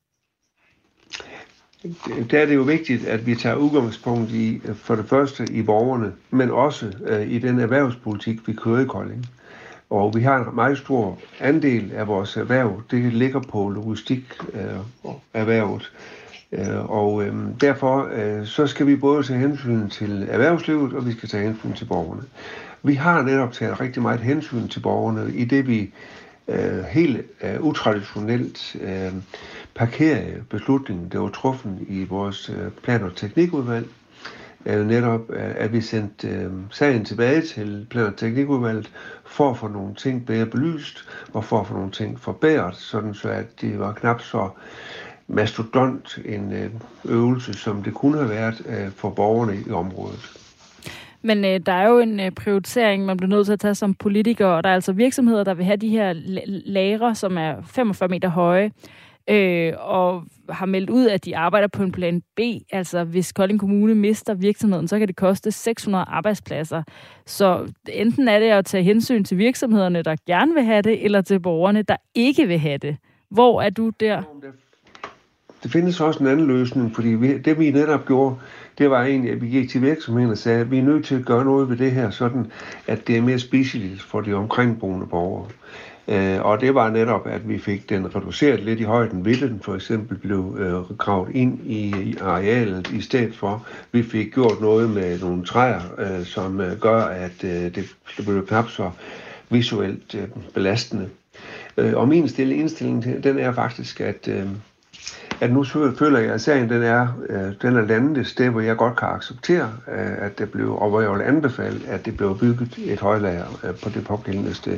Der er det jo vigtigt, at vi tager udgangspunkt i, for det første i borgerne, men også øh, i den erhvervspolitik, vi kører i Kolding. Og vi har en meget stor andel af vores erhverv, det ligger på logistikerhvervet. Øh, og øh, derfor øh, så skal vi både tage hensyn til erhvervslivet, og vi skal tage hensyn til borgerne. Vi har netop taget rigtig meget hensyn til borgerne i det, vi øh, helt øh, utraditionelt øh, parkerede beslutning, der var truffet i vores øh, plan- og teknikudvalg. Øh, netop, øh, at vi sendte øh, sagen tilbage til plan- og teknikudvalget for at få nogle ting bedre belyst og for at få nogle ting forbedret, sådan så at det var knap så mastodont en øh, øvelse, som det kunne have været øh, for borgerne i området. Men øh, der er jo en øh, prioritering, man bliver nødt til at tage som politiker, og der er altså virksomheder, der vil have de her lagre, som er femogfyrre meter høje, øh, og har meldt ud, at de arbejder på en plan B. Altså, hvis Kolding Kommune mister virksomheden, så kan det koste seks hundrede arbejdspladser. Så enten er det at tage hensyn til virksomhederne, der gerne vil have det, eller til borgerne, der ikke vil have det. Hvor er du der? Det findes også en anden løsning, fordi vi, det vi netop gjorde, det var egentlig, at vi gik til virksomheden og sagde, at vi er nødt til at gøre noget ved det her, sådan at det er mere spiseligt for de omkringboende borgere. Øh, og det var netop, at vi fik den reduceret lidt i højden, ved den for eksempel blev øh, gravet ind i, i arealet i stedet for. Vi fik gjort noget med nogle træer, øh, som øh, gør, at øh, det, det blev knap så visuelt øh, belastende. Øh, og min stille indstilling, den er faktisk, at øh, at nu føler jeg, at sagen den er, øh, den er landet et sted, hvor jeg godt kan acceptere, øh, at det blev, og hvor jeg vil anbefale, at det blev bygget et højlager øh, på det pågældende sted.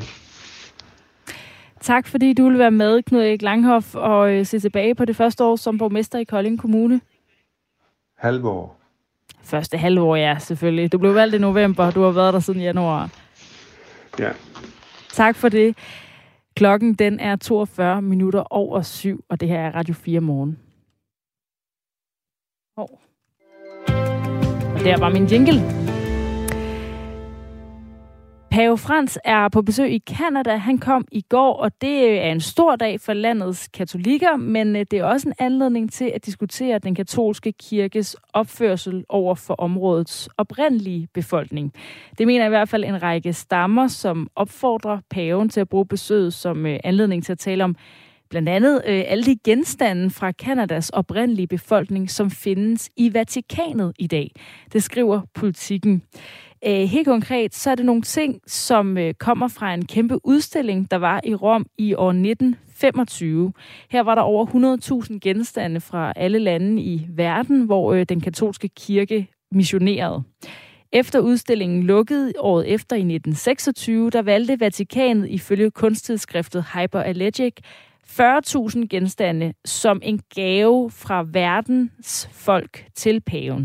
Tak fordi du vil være med, Knud Erik Langhoff, og øh, se tilbage på det første år som borgmester i Kolding Kommune. Halvår. Første halvår, ja, selvfølgelig. Du blev valgt i november, og du har været der siden januar. Ja. Tak for det. Klokken den er toogfyrre minutter over syv, og det her er Radio fire Morgen. Oh. Og der var min jingle. Pave Frans er på besøg i Canada. Han kom i går, og det er en stor dag for landets katolikker, men det er også en anledning til at diskutere den katolske kirkes opførsel over for områdets oprindelige befolkning. Det mener i hvert fald en række stammer, som opfordrer paven til at bruge besøget som anledning til at tale om blandt andet alle de genstande fra Canadas oprindelige befolkning, som findes i Vatikanet i dag. Det skriver Politikken. Helt konkret, så er det nogle ting, som kommer fra en kæmpe udstilling, der var i Rom i år nitten femogtyve. Her var der over hundrede tusind genstande fra alle lande i verden, hvor den katolske kirke missionerede. Efter udstillingen lukkede året efter i nitten seksogtyve, der valgte Vatikanet ifølge kunsttidsskriftet Hyperallergic fyrre tusind genstande som en gave fra verdens folk til paven.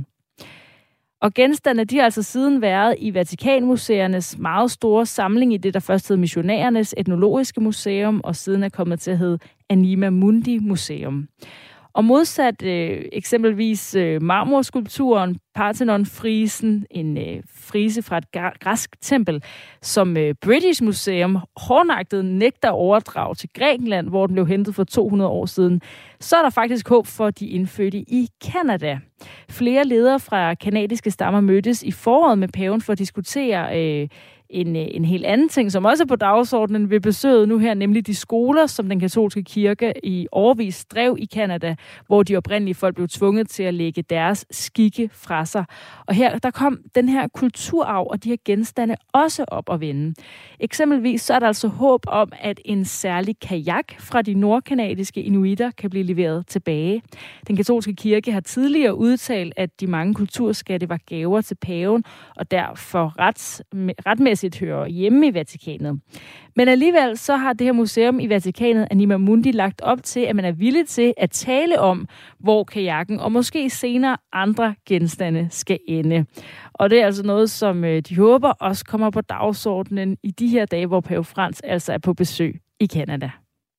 Og genstande, de har altså siden været i Vatikanmuseernes meget store samling i det, der først hed Missionærernes Etnologiske Museum, og siden er kommet til at hedde Anima Mundi Museum. Og modsat øh, eksempelvis øh, marmorskulpturen, Parthenon-frisen, en øh, frise fra et græsk tempel, som øh, British Museum hårdnagtet nægter overdrag til Grækenland, hvor den blev hentet for to hundrede år siden, så er der faktisk håb for de indfødte i Canada. Flere ledere fra kanadiske stammer mødtes i foråret med paven for at diskutere øh, en, en helt anden ting, som også er på dagsordenen ved besøget nu her, nemlig de skoler, som den katolske kirke i årevis drev i Canada, hvor de oprindelige folk blev tvunget til at lægge deres skikke fra sig. Og her, der kom den her kulturarv og de her genstande også op at vende. Eksempelvis så er der altså håb om, at en særlig kajak fra de nordkanadiske inuitter kan blive leveret tilbage. Den katolske kirke har tidligere udtalt, at de mange kulturskatte var gaver til paven, og derfor ret, retmæssigt hører hjemme i Vatikanet. Men alligevel så har det her museum i Vatikanet, Anima Mundi, lagt op til, at man er villig til at tale om, hvor kajakken og måske senere andre genstande skal ende. Og det er altså noget, som de håber også kommer på dagsordenen i de her dage, hvor Pave Frans altså er på besøg i Canada.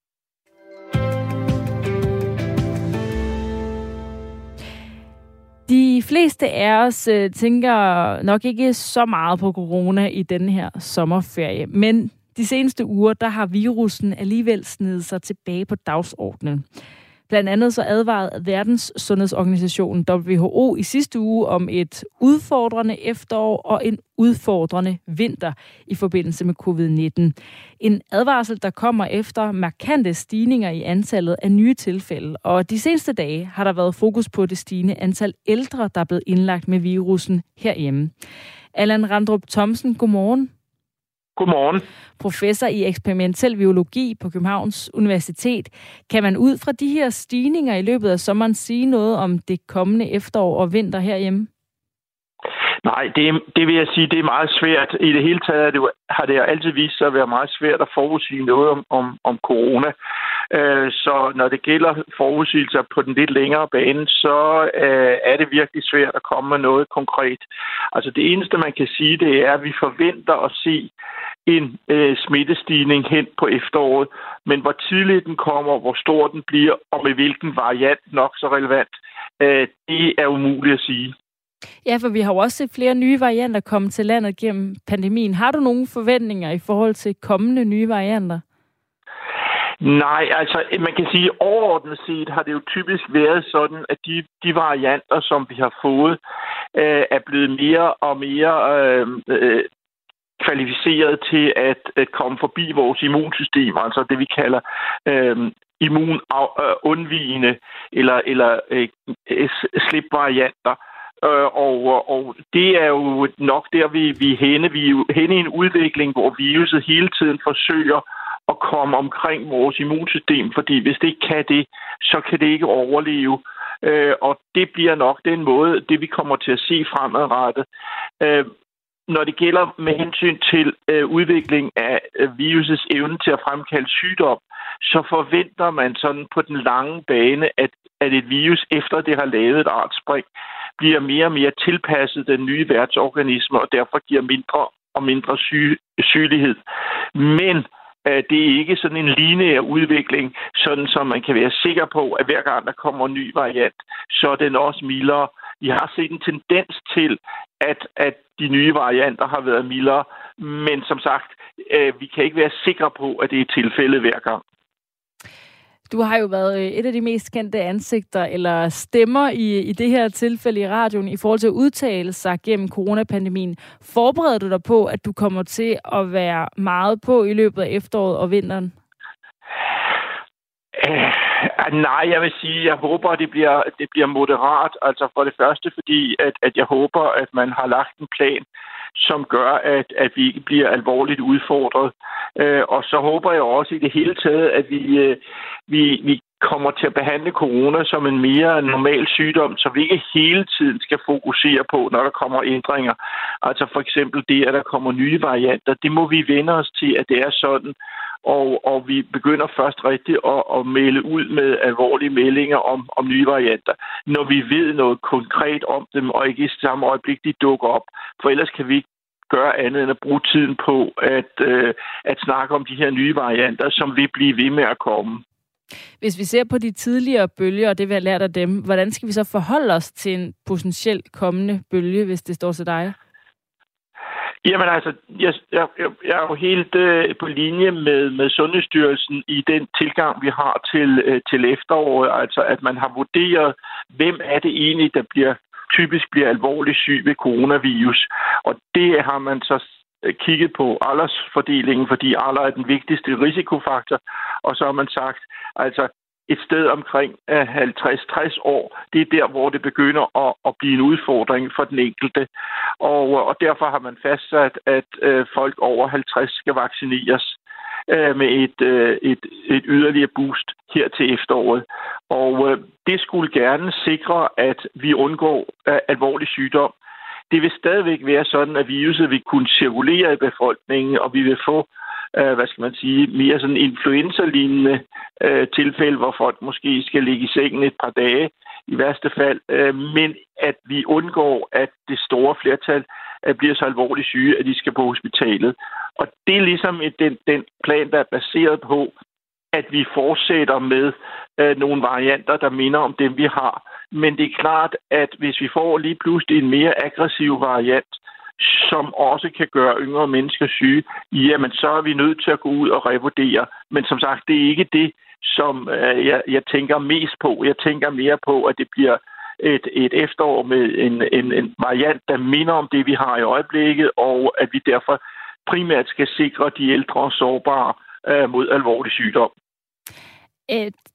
De fleste af os øh, tænker nok ikke så meget på corona i denne her sommerferie, men de seneste uger, der har virussen alligevel snedet sig tilbage på dagsordenen. Blandt andet så advarede Verdens Sundhedsorganisation W H O i sidste uge om et udfordrende efterår og en udfordrende vinter i forbindelse med covid nitten. En advarsel, der kommer efter markante stigninger i antallet af nye tilfælde. Og de seneste dage har der været fokus på det stigende antal ældre, der er blevet indlagt med virussen herhjemme. Allan Randrup Thomsen, godmorgen. Godmorgen. Professor i eksperimentel biologi på Københavns Universitet. Kan man ud fra de her stigninger i løbet af sommeren sige noget om det kommende efterår og vinter herhjemme? Nej, det, det vil jeg sige, det er meget svært. I det hele taget det, har det altid vist sig at være meget svært at forudsige noget om, om, om corona. Øh, så når det gælder forudsigelser på den lidt længere bane, så øh, er det virkelig svært at komme med noget konkret. Altså det eneste, man kan sige, det er, at vi forventer at se en øh, smittestigning hen på efteråret. Men hvor tidligt den kommer, hvor stor den bliver, og med hvilken variant nok så relevant, øh, det er umuligt at sige. Ja, for vi har jo også set flere nye varianter komme til landet gennem pandemien. Har du nogle forventninger i forhold til kommende nye varianter? Nej, altså man kan sige, at overordnet set har det jo typisk været sådan, at de, de varianter, som vi har fået, øh, er blevet mere og mere øh, øh, kvalificeret til at, at komme forbi vores immunsystem, altså det vi kalder øh, immunundvigende eller, eller øh, slipvarianter. Øh, og, og det er jo nok der, vi, vi er henne. Vi er jo henne i en udvikling, hvor viruset hele tiden forsøger at komme omkring vores immunsystem, fordi hvis det ikke kan det, så kan det ikke overleve. Øh, og det bliver nok den måde, det vi kommer til at se fremadrettet. Øh, når det gælder med hensyn til øh, udvikling af øh, virusets evne til at fremkalde sygdom, så forventer man sådan på den lange bane, at, at et virus, efter det har lavet et artspring, bliver mere og mere tilpasset den nye værtsorganisme, og derfor giver mindre og mindre syge, sygelighed. Men øh, det er ikke sådan en lineær udvikling, sådan som man kan være sikker på, at hver gang der kommer en ny variant, så er den også mildere. Vi har set en tendens til, at, at de nye varianter har været mildere, men som sagt, øh, vi kan ikke være sikre på, at det er tilfældet hver gang. Du har jo været et af de mest kendte ansigter eller stemmer i, i det her tilfælde i radioen i forhold til at udtale sig gennem coronapandemien. Forbereder du dig på, at du kommer til at være meget på i løbet af efteråret og vinteren? Uh, nej, jeg vil sige, jeg håber, at det bliver, det bliver moderat. Altså for det første, fordi at, at jeg håber, at man har lagt en plan, som gør, at, at vi ikke bliver alvorligt udfordret. Uh, og så håber jeg også i det hele taget, at vi, uh, vi, vi kommer til at behandle corona som en mere normal sygdom, så vi ikke hele tiden skal fokusere på, når der kommer ændringer. Altså for eksempel det, at der kommer nye varianter. Det må vi vende os til, at det er sådan. Og, og vi begynder først rigtigt at, at melde ud med alvorlige meldinger om, om nye varianter, når vi ved noget konkret om dem, og ikke i samme øjeblik, de dukker op. For ellers kan vi ikke gøre andet end at bruge tiden på at, øh, at snakke om de her nye varianter, som vil blive ved med at komme. Hvis vi ser på de tidligere bølger, og det vi har lært af dem, hvordan skal vi så forholde os til en potentielt kommende bølge, hvis det står til dig? Jamen altså, jeg, jeg, jeg er jo helt øh, på linje med, med Sundhedsstyrelsen i den tilgang, vi har til, øh, til efteråret. Altså, at man har vurderet, hvem er det egentlig, der bliver typisk bliver alvorligt syg ved coronavirus. Og det har man så kigget på aldersfordelingen, fordi alder er den vigtigste risikofaktor. Og så har man sagt, altså et sted omkring halvtreds til tres år, det er der, hvor det begynder at, at blive en udfordring for den enkelte. Og, og derfor har man fastsat, at øh, folk over halvtreds skal vaccineres øh, med et, øh, et, et yderligere boost her til efteråret. Og øh, det skulle gerne sikre, at vi undgår øh, alvorlig sygdom. Det vil stadigvæk være sådan, at viruset vil kunne cirkulere i befolkningen, og vi vil få Uh, hvad skal man sige, mere sådan influenza-lignende uh, tilfælde, hvor folk måske skal ligge i sengen et par dage i værste fald, uh, men at vi undgår, at det store flertal uh, bliver så alvorligt syge, at de skal på hospitalet. Og det er ligesom et, den, den plan, der er baseret på, at vi fortsætter med uh, nogle varianter, der minder om dem, vi har. Men det er klart, at hvis vi får lige pludselig en mere aggressiv variant, som også kan gøre yngre mennesker syge, jamen så er vi nødt til at gå ud og revurdere. Men som sagt, det er ikke det, som øh, jeg, jeg tænker mest på. Jeg tænker mere på, at det bliver et, et efterår med en, en, en variant, der minder om det, vi har i øjeblikket, og at vi derfor primært skal sikre de ældre og sårbare øh, mod alvorlig sygdom. Et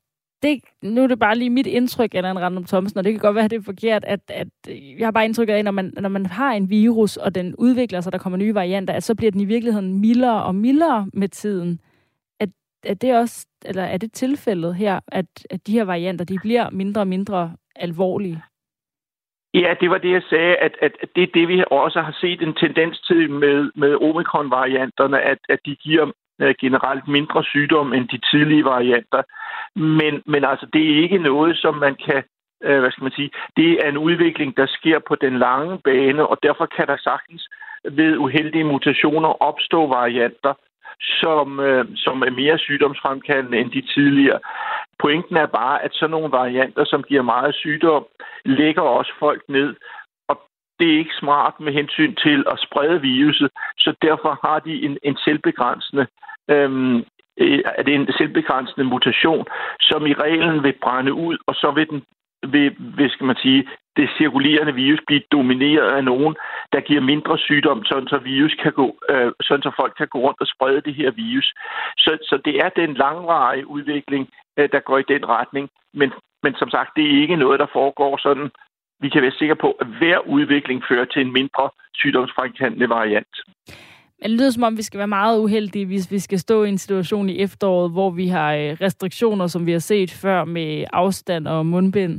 det, nu er det bare lige mit indtryk, Allan Randrup Thomsen, og det kan godt være, at det er forkert, at, at jeg har bare indtrykket af, når man, når man har en virus, og den udvikler sig, der kommer nye varianter, at så bliver den i virkeligheden mildere og mildere med tiden. At, at det også, eller er det tilfældet her, at, at de her varianter, de bliver mindre og mindre alvorlige? Ja, det var det, jeg sagde, at, at, at det er det, vi også har set en tendens til med, med omikron-varianterne, at, at de giver generelt mindre sygdom end de tidlige varianter. Men, men altså, det er ikke noget, som man kan, øh, hvad skal man sige, det er en udvikling, der sker på den lange bane, og derfor kan der sagtens ved uheldige mutationer opstå varianter, som, øh, som er mere sygdomsfremkaldende end de tidligere. Pointen er bare, at sådan nogle varianter, som giver meget sygdom, lægger også folk ned. Det er ikke smart med hensyn til at sprede viruset, så derfor har de en, en selvbegrænsende, øhm, er det en selvbegrænsende mutation, som i reglen vil brænde ud, og så vil den, vil, vil, skal man sige, det cirkulerende virus blive domineret af nogen, der giver mindre sygdom, sådan så virus kan gå, øh, sådan så folk kan gå rundt og sprede det her virus. Så, så det er den langvarige udvikling, øh, der går i den retning, men, men som sagt, det er ikke noget, der foregår sådan. Vi kan være sikre på, at hver udvikling fører til en mindre sygdomsfremkaldende variant. Men det lyder som om, vi skal være meget uheldige, hvis vi skal stå i en situation i efteråret, hvor vi har restriktioner, som vi har set før med afstand og mundbind.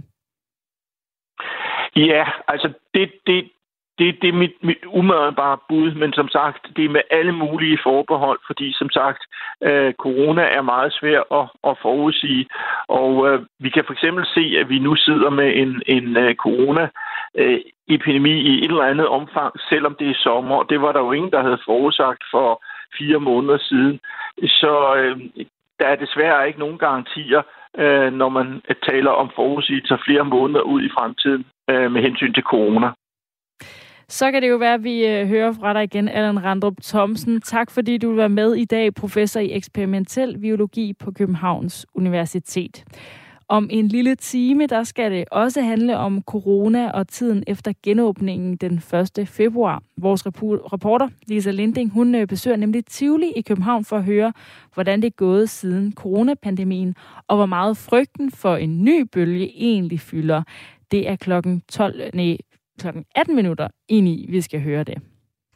Ja, altså det, det, det, det er mit, mit umiddelbare bud, men som sagt, det er med alle mulige forbehold, fordi som sagt, øh, corona er meget svær at, at forudsige, og øh, vi kan for eksempel se, at vi nu sidder med en, en uh, corona-epidemi i et eller andet omfang, selvom det er sommer. Det var der jo ingen, der havde forudsagt for fire måneder siden. Så øh, der er desværre ikke nogen garantier, øh, når man taler om forudsigelser flere måneder ud i fremtiden øh, med hensyn til corona. Så kan det jo være, at vi øh, hører fra dig igen, Allan Randrup Thomsen. Tak fordi du vil være med i dag, professor i eksperimentel biologi på Københavns Universitet. Om en lille time, der skal det også handle om corona og tiden efter genåbningen den første februar. Vores reporter, Lisa Linding, hun besøger nemlig Tivoli i København for at høre, hvordan det er gået siden coronapandemien, og hvor meget frygten for en ny bølge egentlig fylder. Det er klokken tolv, nej, klokken atten minutter ind i, vi skal høre det.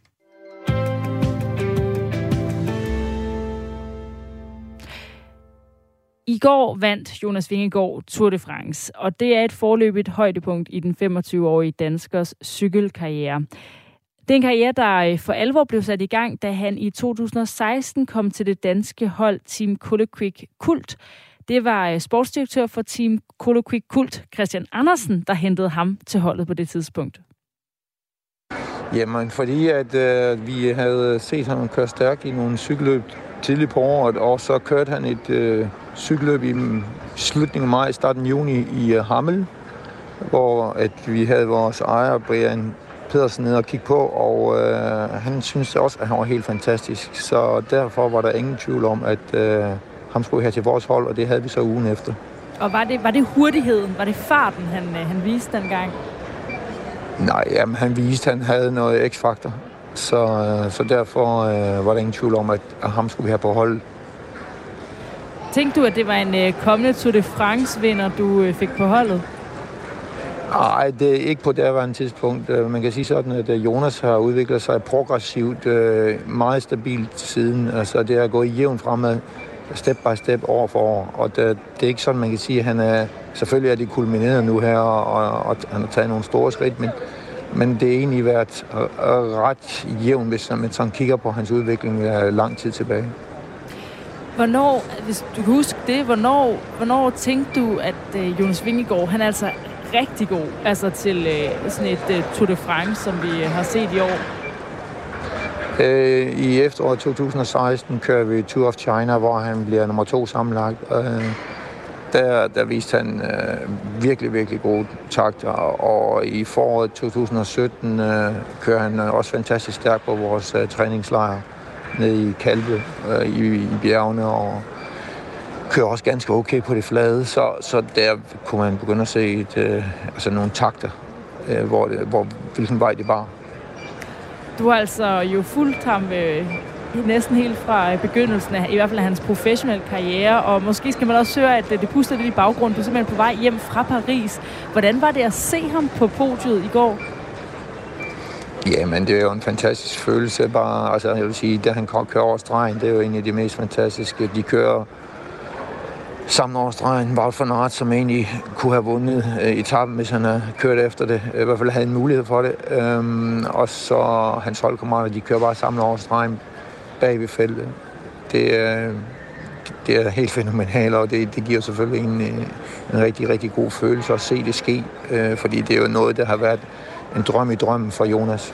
I går vandt Jonas Vingegaard Tour de France, og det er et foreløbigt højdepunkt i den femogtyve-årige danskers cykelkarriere. Det er en karriere, der for alvor blev sat i gang, da han i to tusind og seksten kom til det danske hold Team Coloquick Kult. Det var sportsdirektør for Team Coloquick Kult, Christian Andersen, der hentede ham til holdet på det tidspunkt. Jamen, fordi at øh, vi havde set ham køre stærkt i nogle cykelløb tidligt på året, og så kørte han et øh, cykelløb i slutningen af maj, starten af juni i øh, Hammel, hvor at vi havde vores ejer, Brian Pedersen, nede og kigge på, og øh, han syntes også, at han var helt fantastisk. Så derfor var der ingen tvivl om, at øh, ham skulle her til vores hold, og det havde vi så ugen efter. Og var det, var det hurtigheden, var det farten, han, han viste dengang? Nej, jamen, han viste, at han havde noget x-faktor. Så, så derfor øh, var der ingen tvivl om, at, at ham skulle vi have på holdet. Tænkte du, at det var en øh, kommende Tour de France-vinder, du øh, fik på holdet? Nej, det er ikke på derværende tidspunkt. Man kan sige sådan, at Jonas har udviklet sig progressivt, øh, meget stabilt siden. Altså, det er gået jævnt fremad, step by step, år for år. Og det, det er ikke sådan, man kan sige, at han er... Selvfølgelig er det kulmineret nu her, og, og han har taget nogle store skridt, men Men det er egentlig været ret jævnt, hvis man sådan kigger på hans udvikling lang tid tilbage. Hvornår, hvis du kan huske det, hvornår, hvornår tænkte du, at uh, Jonas Vingegaard, han er altså rigtig god altså til uh, sådan et uh, Tour de France, som vi uh, har set i år? Uh, I efteråret to tusind og seksten kører vi Tour of China, hvor han bliver nummer to sammenlagt. Uh, Der, der viste han øh, virkelig, virkelig gode takter, og i foråret to tusind og sytten øh, kører han også fantastisk stærkt på vores øh, træningslejr nede i Kalve øh, i, i bjergene, og kører også ganske okay på det flade, så, så der kunne man begynde at se et, øh, altså nogle takter, øh, hvor, det, hvor hvilken vej det var. Du har altså jo fulgt ham øh, næsten helt fra begyndelsen af, i hvert fald af hans professionelle karriere, og måske skal man også høre, at det puster lidt i baggrunden. Du er simpelthen på vej hjem fra Paris. Hvordan var det at se ham på podiet i går? Jamen, det er jo en fantastisk følelse. Bare, altså, jeg vil sige, da han kører over stregen, det er jo en af de mest fantastiske. De kører sammen over stregen. Wout van Aert, som egentlig kunne have vundet øh, etappen, hvis han havde kørt efter det. I hvert fald havde en mulighed for det. Øhm, og så hans holdkammerater, de kører bare sammen over stregen bag ved feltet. Det er, det er helt fænomenalt, og det, det giver selvfølgelig en, en rigtig, rigtig god følelse at se det ske. Øh, fordi det er jo noget, der har været en drøm i drømmen for Jonas.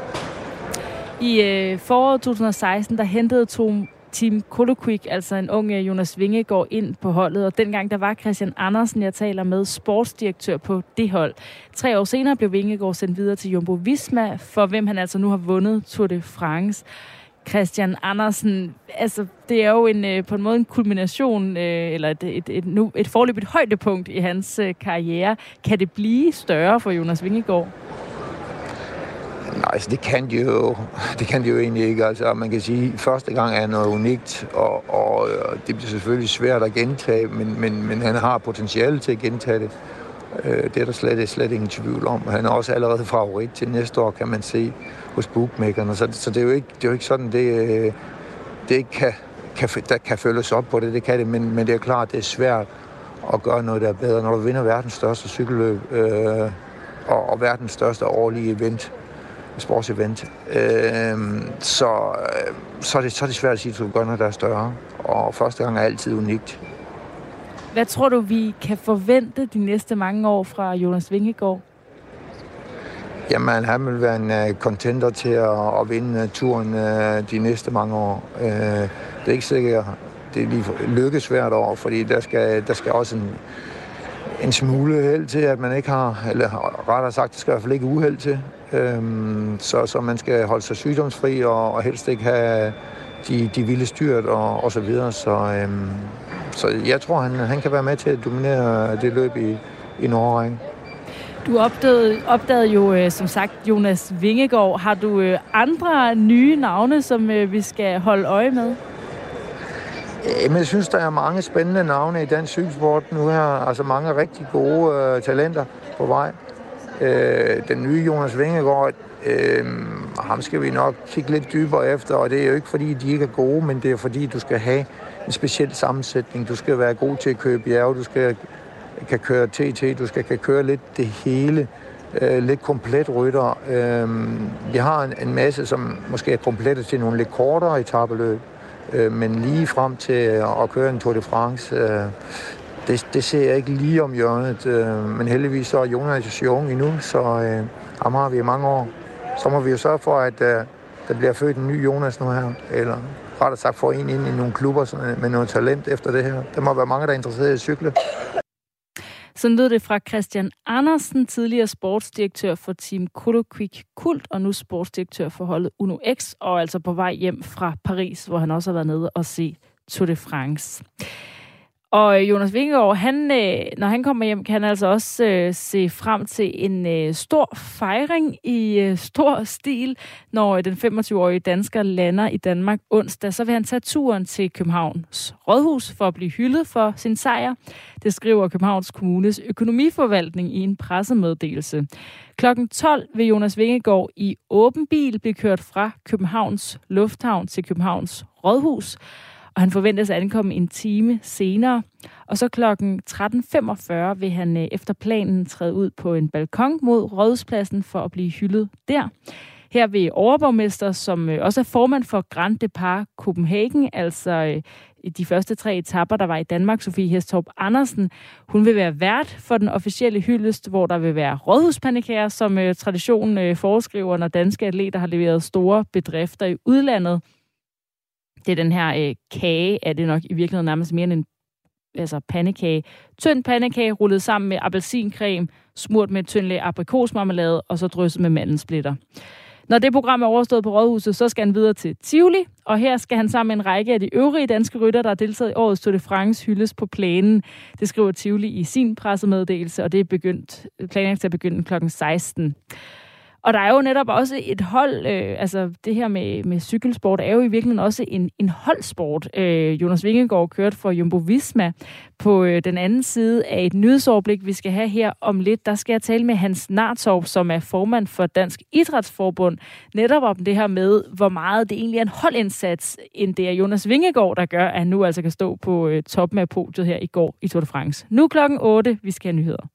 I øh, foråret to tusind og seksten, der hentede Tom Team Koloquik, altså en ung Jonas Vingegaard, ind på holdet, og dengang der var Christian Andersen, jeg taler med, sportsdirektør på det hold. Tre år senere blev Vingegaard sendt videre til Jumbo Visma, for hvem han altså nu har vundet Tour de France. Christian Andersen, altså det er jo en, på en måde en kulmination, eller et, et, et, et, et foreløbigt højdepunkt i hans karriere. Kan det blive større for Jonas Vingegaard? Nej, altså det kan de jo, det kan de jo egentlig ikke. Altså man kan sige, at første gang er noget unikt, og, og det bliver selvfølgelig svært at gentage, men, men, men han har potentiale til at gentage det. Det er der slet, slet ingen tvivl om. Han er også allerede favorit til næste år, kan man se hos bookmakerne. Så, så det, er jo ikke, det er jo ikke sådan, det, det ikke kan, kan, der kan følges op på det. Det kan det, men, men det er klart, det er svært at gøre noget, der er bedre. Når du vinder verdens største cykelløb øh, og, og verdens største årlige event, sportsevent, øh, så, øh, så, er det, så er det svært at sige, at du gør noget, der er større. Og første gang er altid unikt. Hvad tror du, vi kan forvente de næste mange år fra Jonas Vingegaard? Jamen, han vil være en uh, contender til at, at vinde uh, turen uh, de næste mange år. Uh, det er ikke sikkert, det er lige lykkes hvert år, fordi der skal, der skal også en, en smule held til, at man ikke har, eller rettere sagt, det skal i hvert fald ikke uheld til. Um, så, så man skal holde sig sygdomsfri og, og helst ikke have de, de vilde styrt og, og så videre. Så, um, så jeg tror, han, han kan være med til at dominere det løb i, i Norge. Du opdagede, opdagede jo, som sagt, Jonas Vingegaard. Har du andre nye navne, som vi skal holde øje med? Jamen, jeg synes, der er mange spændende navne i dansk cykelsport nu her. Altså mange rigtig gode uh, talenter på vej. Uh, den nye Jonas Vingegaard, uh, ham skal vi nok kigge lidt dybere efter, og det er jo ikke, fordi de ikke er gode, men det er, fordi du skal have en speciel sammensætning. Du skal være god til at købe bjerge, du skal kan køre T T, du skal kan køre lidt det hele, øh, lidt komplet rytter. Øh, vi har en, en masse, som måske er komplette til nogle lidt kortere etapeløb, øh, men lige frem til at køre en Tour de France, øh, det, det ser jeg ikke lige om hjørnet. Øh, men heldigvis så er Jonas jo ung endnu, så øh, ham har vi i mange år. Så må vi jo sørge for, at øh, der bliver født en ny Jonas nu her, eller rettere sagt få en ind i nogle klubber sådan, med noget talent efter det her. Der må være mange, der er interesseret i at cykle. Sådan lød det fra Christian Andersen, tidligere sportsdirektør for Team Koloquik Kult, og nu sportsdirektør for holdet Uno X, og altså på vej hjem fra Paris, hvor han også har været nede og se Tour de France. Og Jonas Vingegaard, han, når han kommer hjem, kan han altså også øh, se frem til en øh, stor fejring i øh, stor stil, når den femogtyve-årige dansker lander i Danmark onsdag. Så vil han tage turen til Københavns Rådhus for at blive hyldet for sin sejr. Det skriver Københavns Kommunes økonomiforvaltning i en pressemeddelelse. klokken tolv vil Jonas Vingegaard i åben bil blive kørt fra Københavns Lufthavn til Københavns Rådhus, og han forventes at ankomme en time senere. Og så klokken tretten femogfyrre vil han efter planen træde ud på en balkon mod Rådhuspladsen for at blive hyldet der. Her vil overborgmester, som også er formand for Grand Depart Copenhagen, altså de første tre etaper, der var i Danmark, Sofie Hestorp Andersen, hun vil være vært for den officielle hyldest, hvor der vil være rådhuspandekager, som traditionen foreskriver, når danske atleter har leveret store bedrifter i udlandet. Det er den her øh, kage, er det nok i virkeligheden nærmest mere end en altså pandekage. Tynd pandekage rullet sammen med appelsincreme, smurt med tynd lag aprikosmarmelade og så drysset med mandelsplitter. Når det program er overstået på Rådhuset, så skal han videre til Tivoli, og her skal han sammen med en række af de øvrige danske rytter, der har deltaget i årets Tour de France, hyldes på plænen. Det skriver Tivoli i sin pressemeddelelse, og det er begyndt, planlagt til at begynde klokken seksten. Og der er jo netop også et hold, øh, altså det her med, med cykelsport er jo i virkeligheden også en, en holdsport. Øh, Jonas Vingegaard kørte for Jumbo Visma. På øh, den anden side af et nyhedsoverblik, vi skal have her om lidt, der skal jeg tale med Hans Nartorp, som er formand for Dansk Idrætsforbund, netop om det her med, hvor meget det egentlig er en holdindsats, end det er Jonas Vingegaard, der gør, at han nu altså kan stå på øh, toppen af podiet her i går i Tour de France. Nu klokken otte, vi skal have nyheder.